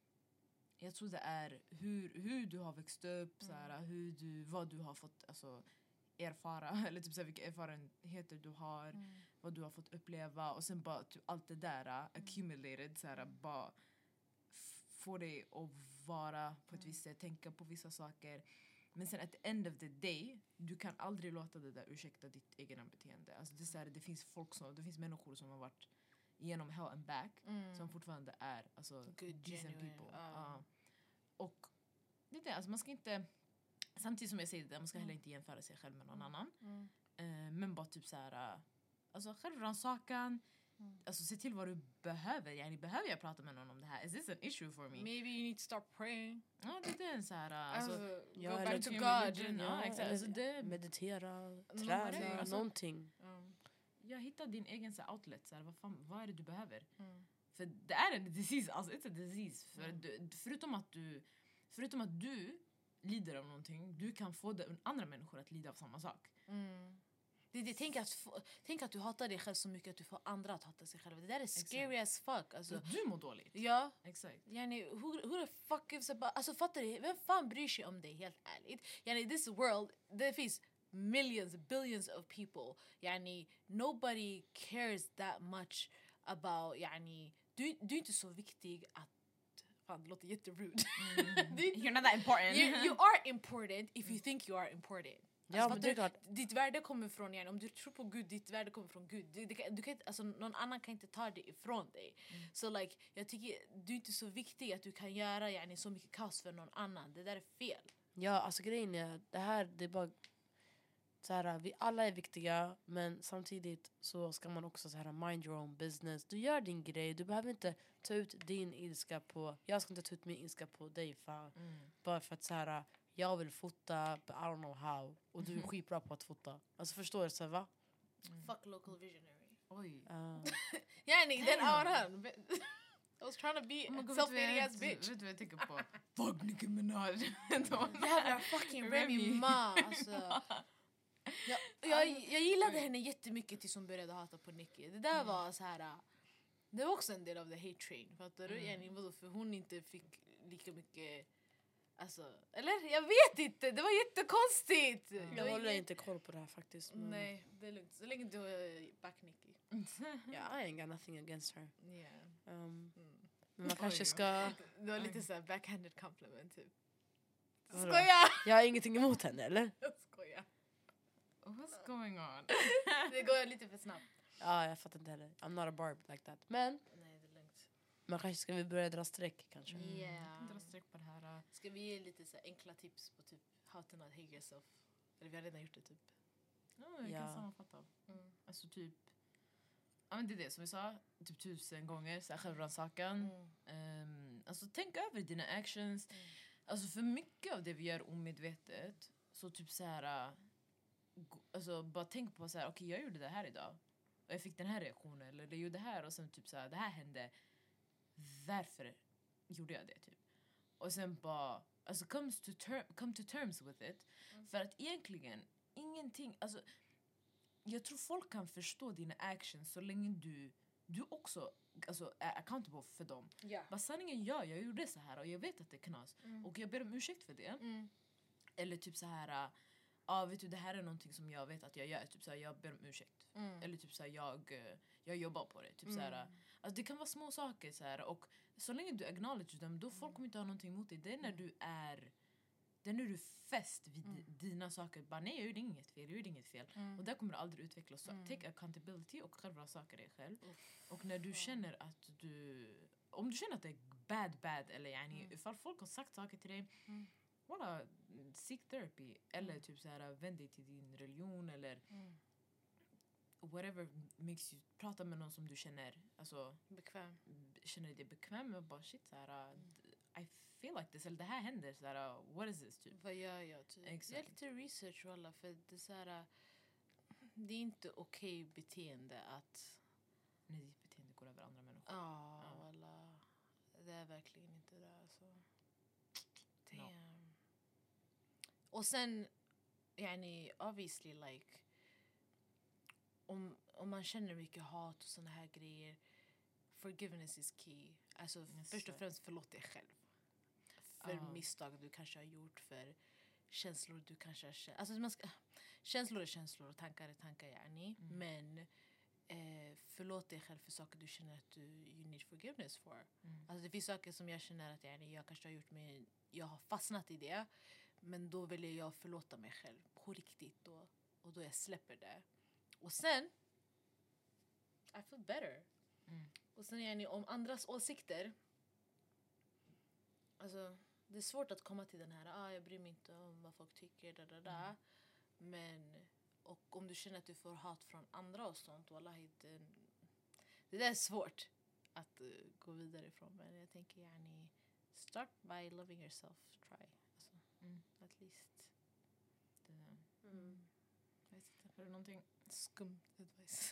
C: jag tror det är hur, hur du har växt upp, såhär, hur du, vad du har fått alltså, erfara, eller typ såhär, vilka erfarenheter du har,
A: Mm.
C: vad du har fått uppleva och sen bara typ, allt det där uh, accumulated, såhär, bara f- få dig att vara på ett visst sätt, tänka på vissa saker. Men sen at the end of the day, du kan aldrig låta det där ursäkta ditt egna beteende. Alltså det, är så här, det finns folk som, det finns människor som har varit igenom hell and back
A: Mm.
C: som fortfarande är alltså,
A: Good,
C: decent
A: genuine,
C: people.
A: ja.
C: Ja. Och det är det, alltså man ska inte, samtidigt som jag säger det, man ska
A: Mm.
C: heller inte jämföra sig själv med någon
A: Mm.
C: annan.
A: Mm.
C: Eh, men bara typ så här, uh, alltså självrannsakan,
A: Mm.
C: alltså se till vad du behöver. Yani, behöver jag prata med någon om det här? Is this an issue for me?
A: Maybe you need to start praying.
C: Ja, det är en så här, uh, alltså,
A: Alltså,
B: ja,
A: go
B: eller
A: back to
C: till
A: God.
C: religion, ja, exakt.
B: eller
C: Alltså, det-
B: meditera,
A: whatever,
B: träna,
C: alltså.
B: någonting.
A: Mm.
C: jag hittar din egen så här, outlet, så här, vad, fan, vad är det du behöver?
A: Mm.
C: För det är en disease, alltså it's a disease. För
A: Mm.
C: du, förutom, att du, förutom att du lider av någonting, du kan få det, andra människor att lida av samma sak.
A: Mm. Det, det, tänk, att få, tänk att du hatar dig själv så mycket att du får andra att hata sig själva. Det där är scary as fuck.
C: Så
A: Alltså,
C: du mår dåligt.
A: ja,
C: Exakt.
A: yani, who, who the fuck gives a... Alltså fattar du? Vem fan bryr sig om dig helt ärligt? Yani, this world, det finns millions, billions of people. Yani, nobody cares that much about... Yani, du, du är inte så viktig att... Fan, det låter jätterude.
C: Mm.
A: Det är inte-
C: You're not that important.
A: you, you are important if you think you are important.
B: Ja,
A: Alltså,
B: men det är
A: fattar
B: klart.
A: du? Ditt värde kommer från, yani, om du tror på Gud, ditt värde kommer från Gud. Du, du, kan- du kan inte, alltså, någon annan kan inte ta det ifrån dig.
C: Mm.
A: Så like, jag tycker du är inte så viktig att du kan göra yani, så mycket kaos för någon annan. Det där är fel.
B: Ja, alltså grejen är, det här, det är bara så här, vi alla är viktiga, men samtidigt så ska man också så här mind your own business. Du gör din grej, du behöver inte ta ut din ilska på, jag ska inte ta ut min ilska på dig för,
C: Mm.
B: bara för att så här, jag vill fota, but I don't know how. Och du är
A: Mm-hmm.
B: skitbra på att fota. Alltså förstår du, så här, va?
A: Fuck local visionary.
C: Oj.
B: Uh,
A: Yani, den
C: Damn.
A: auran. I was trying to be
C: Oh my
A: a
C: God,
A: self-hating
C: vet
A: ass
C: du vad jag-
A: bitch.
C: Vet du vad jag tänker på? Fuck Nicki Minaj.
A: Jävla fucking Remy
C: Remy.
A: Ma. Alltså. Jag, jag, jag gillade henne jättemycket tills hon började hata på Nicki. Det där var så här. äh, Det var också en del av the hate train. Fattar du?
C: Mm.
A: Yani, vadå, för hon inte fick lika mycket... Alltså, eller? Jag vet inte. Det var jättekonstigt. Det
B: jag
A: var
B: håller
A: jätte-
B: inte koll på det här faktiskt. Men
A: Nej, det är lugnt. Så länge du har back Nicki.
B: yeah, I ain't got nothing against her.
A: Yeah.
B: Um,
A: Mm.
B: men man kanske
C: Oj.
B: ska...
A: Det var lite såhär backhanded compliment typ.
B: Vadå?
A: Skoja!
B: Jag har ingenting emot henne, eller?
A: Jag skojar.
C: What's going on?
A: Det går lite för snabbt.
B: Ja, jag fattar inte heller. I'm not a barb like that. Men
A: Nej, det är lugnt.
B: man kanske ska vi börja dra streck kanske.
A: Mm. Yeah.
C: Dra streck på det här. uh,
A: Ska vi ge lite så här enkla tips på typ how to not hate yourself? Eller vi har redan gjort det typ.
C: Ja, jag
B: Ja.
C: kan sammanfatta.
A: Mm.
C: Alltså typ... Ja, men det är det som vi sa. Typ tusen gånger. Så här, självrannsakan.
A: Mm.
C: Ehm, alltså tänk över dina actions.
A: Mm.
C: Alltså för mycket av det vi gör omedvetet. Så typ så här... uh, go- Alltså bara tänk på så här. Okej, jag gjorde det här idag. Och jag fick den här reaktionen. Eller jag gjorde det här och sen typ så här. Det här hände. Varför gjorde jag det typ? Och sen bara... Alltså come to, ter- come to terms with it.
A: Mm.
C: För att egentligen ingenting... Alltså, jag tror folk kan förstå dina actions så länge du, du också alltså, är accountable för dem.
A: Ja.
C: Vad sanningen gör, jag gjorde så här och jag vet att det är knas.
A: Mm.
C: Och jag ber om ursäkt för det.
A: Mm.
C: Eller typ så här, ja ah, vet du det här är någonting som jag vet att jag gör. Typ så här, jag ber om ursäkt.
A: Mm.
C: Eller typ så här, jag, eh, jag jobbar på det. Typ, mm. så här, alltså, det kan vara små saker. Så här, och så länge du acknowledge dem, då folk kommer inte ha någonting emot dig. Det är när du är... Det är när du är fäst vid mm. dina saker. Bara, nej, jag gjorde inget fel. Jag gjorde inget fel. Mm. Och där kommer du aldrig utvecklas. Så mm. take accountability och själva saker dig själv. Uff. Och när du känner att du... Om du känner att det är bad, bad. Eller yani, mm. ifall folk har sagt saker till dig. Mm. Walla, seek therapy. Eller mm. typ så här, vänd dig till din religion. Eller mm. whatever makes you... Prata med någon som du känner... Alltså,
A: bekväm.
C: Känner dig bekväm med. Bara shit, så här... Mm. I feel like this, eller det här händer, så här, uh, what is this, typ?
A: Vad gör jag, typ?
C: Exakt.
A: Jag är lite research, alla, för det är så här, det är inte okej okay beteende att...
C: Nej, ditt beteende går över andra människor.
A: Ah, ja, alla. Det är verkligen inte det, alltså. Damn. No. Och sen, yani, obviously, like, om, om man känner mycket hat och såna här grejer, forgiveness is key. Alltså, yes, först och främst förlåt dig själv. För uh. misstag du kanske har gjort, för känslor du kanske har känt. Alltså, man ska, känslor är känslor och tankar är tankar, yani. Mm. Men eh, förlåt dig själv för saker du känner att du you need forgiveness for. Mm. Alltså, det finns saker som jag känner att yani, jag kanske har gjort, men jag har fastnat i det. Men då vill jag förlåta mig själv på riktigt då. Och då jag släpper det. Och sen I feel better. Mm. Och sen yani, om andras åsikter, alltså det är svårt att komma till den här, ah, jag bryr mig inte om vad folk tycker, da, da, da. Mm. Men, och om du känner att du får hat från andra och sånt, wallahi, det, det där är svårt att uh, gå vidare ifrån. Men jag tänker yani, start by loving yourself, try. Alltså, mm. At least.
C: Det, mm. Jag vet inte, har du någonting
A: skumt advice?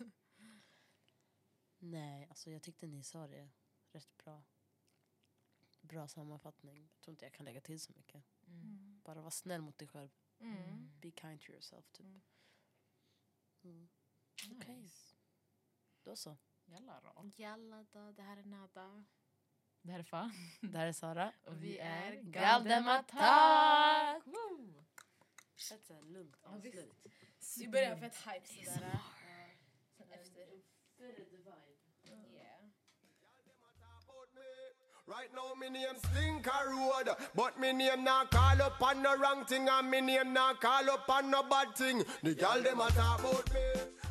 B: Nej, alltså jag tyckte ni sa det rätt bra. Bra sammanfattning. Jag tror inte jag kan lägga till så mycket. Mm. Bara vara snäll mot dig själv. Mm. Be kind to yourself, typ. Mm. Mm. Okej. Okay. Nice. Då så.
C: Jalla då.
A: Jalla då. Det här är Nada.
C: Det här är Fa.
B: Det här är Sara.
C: Och vi är
B: Galdematak. Sätt sig lugnt.
A: Ja, vi börjar för ett hype sådär. Sen efter. Yeah.
D: Right now me name Slinker Road, but me name not call up on no wrong thing, and me name not call up on no bad thing. The girl dem a talk about me.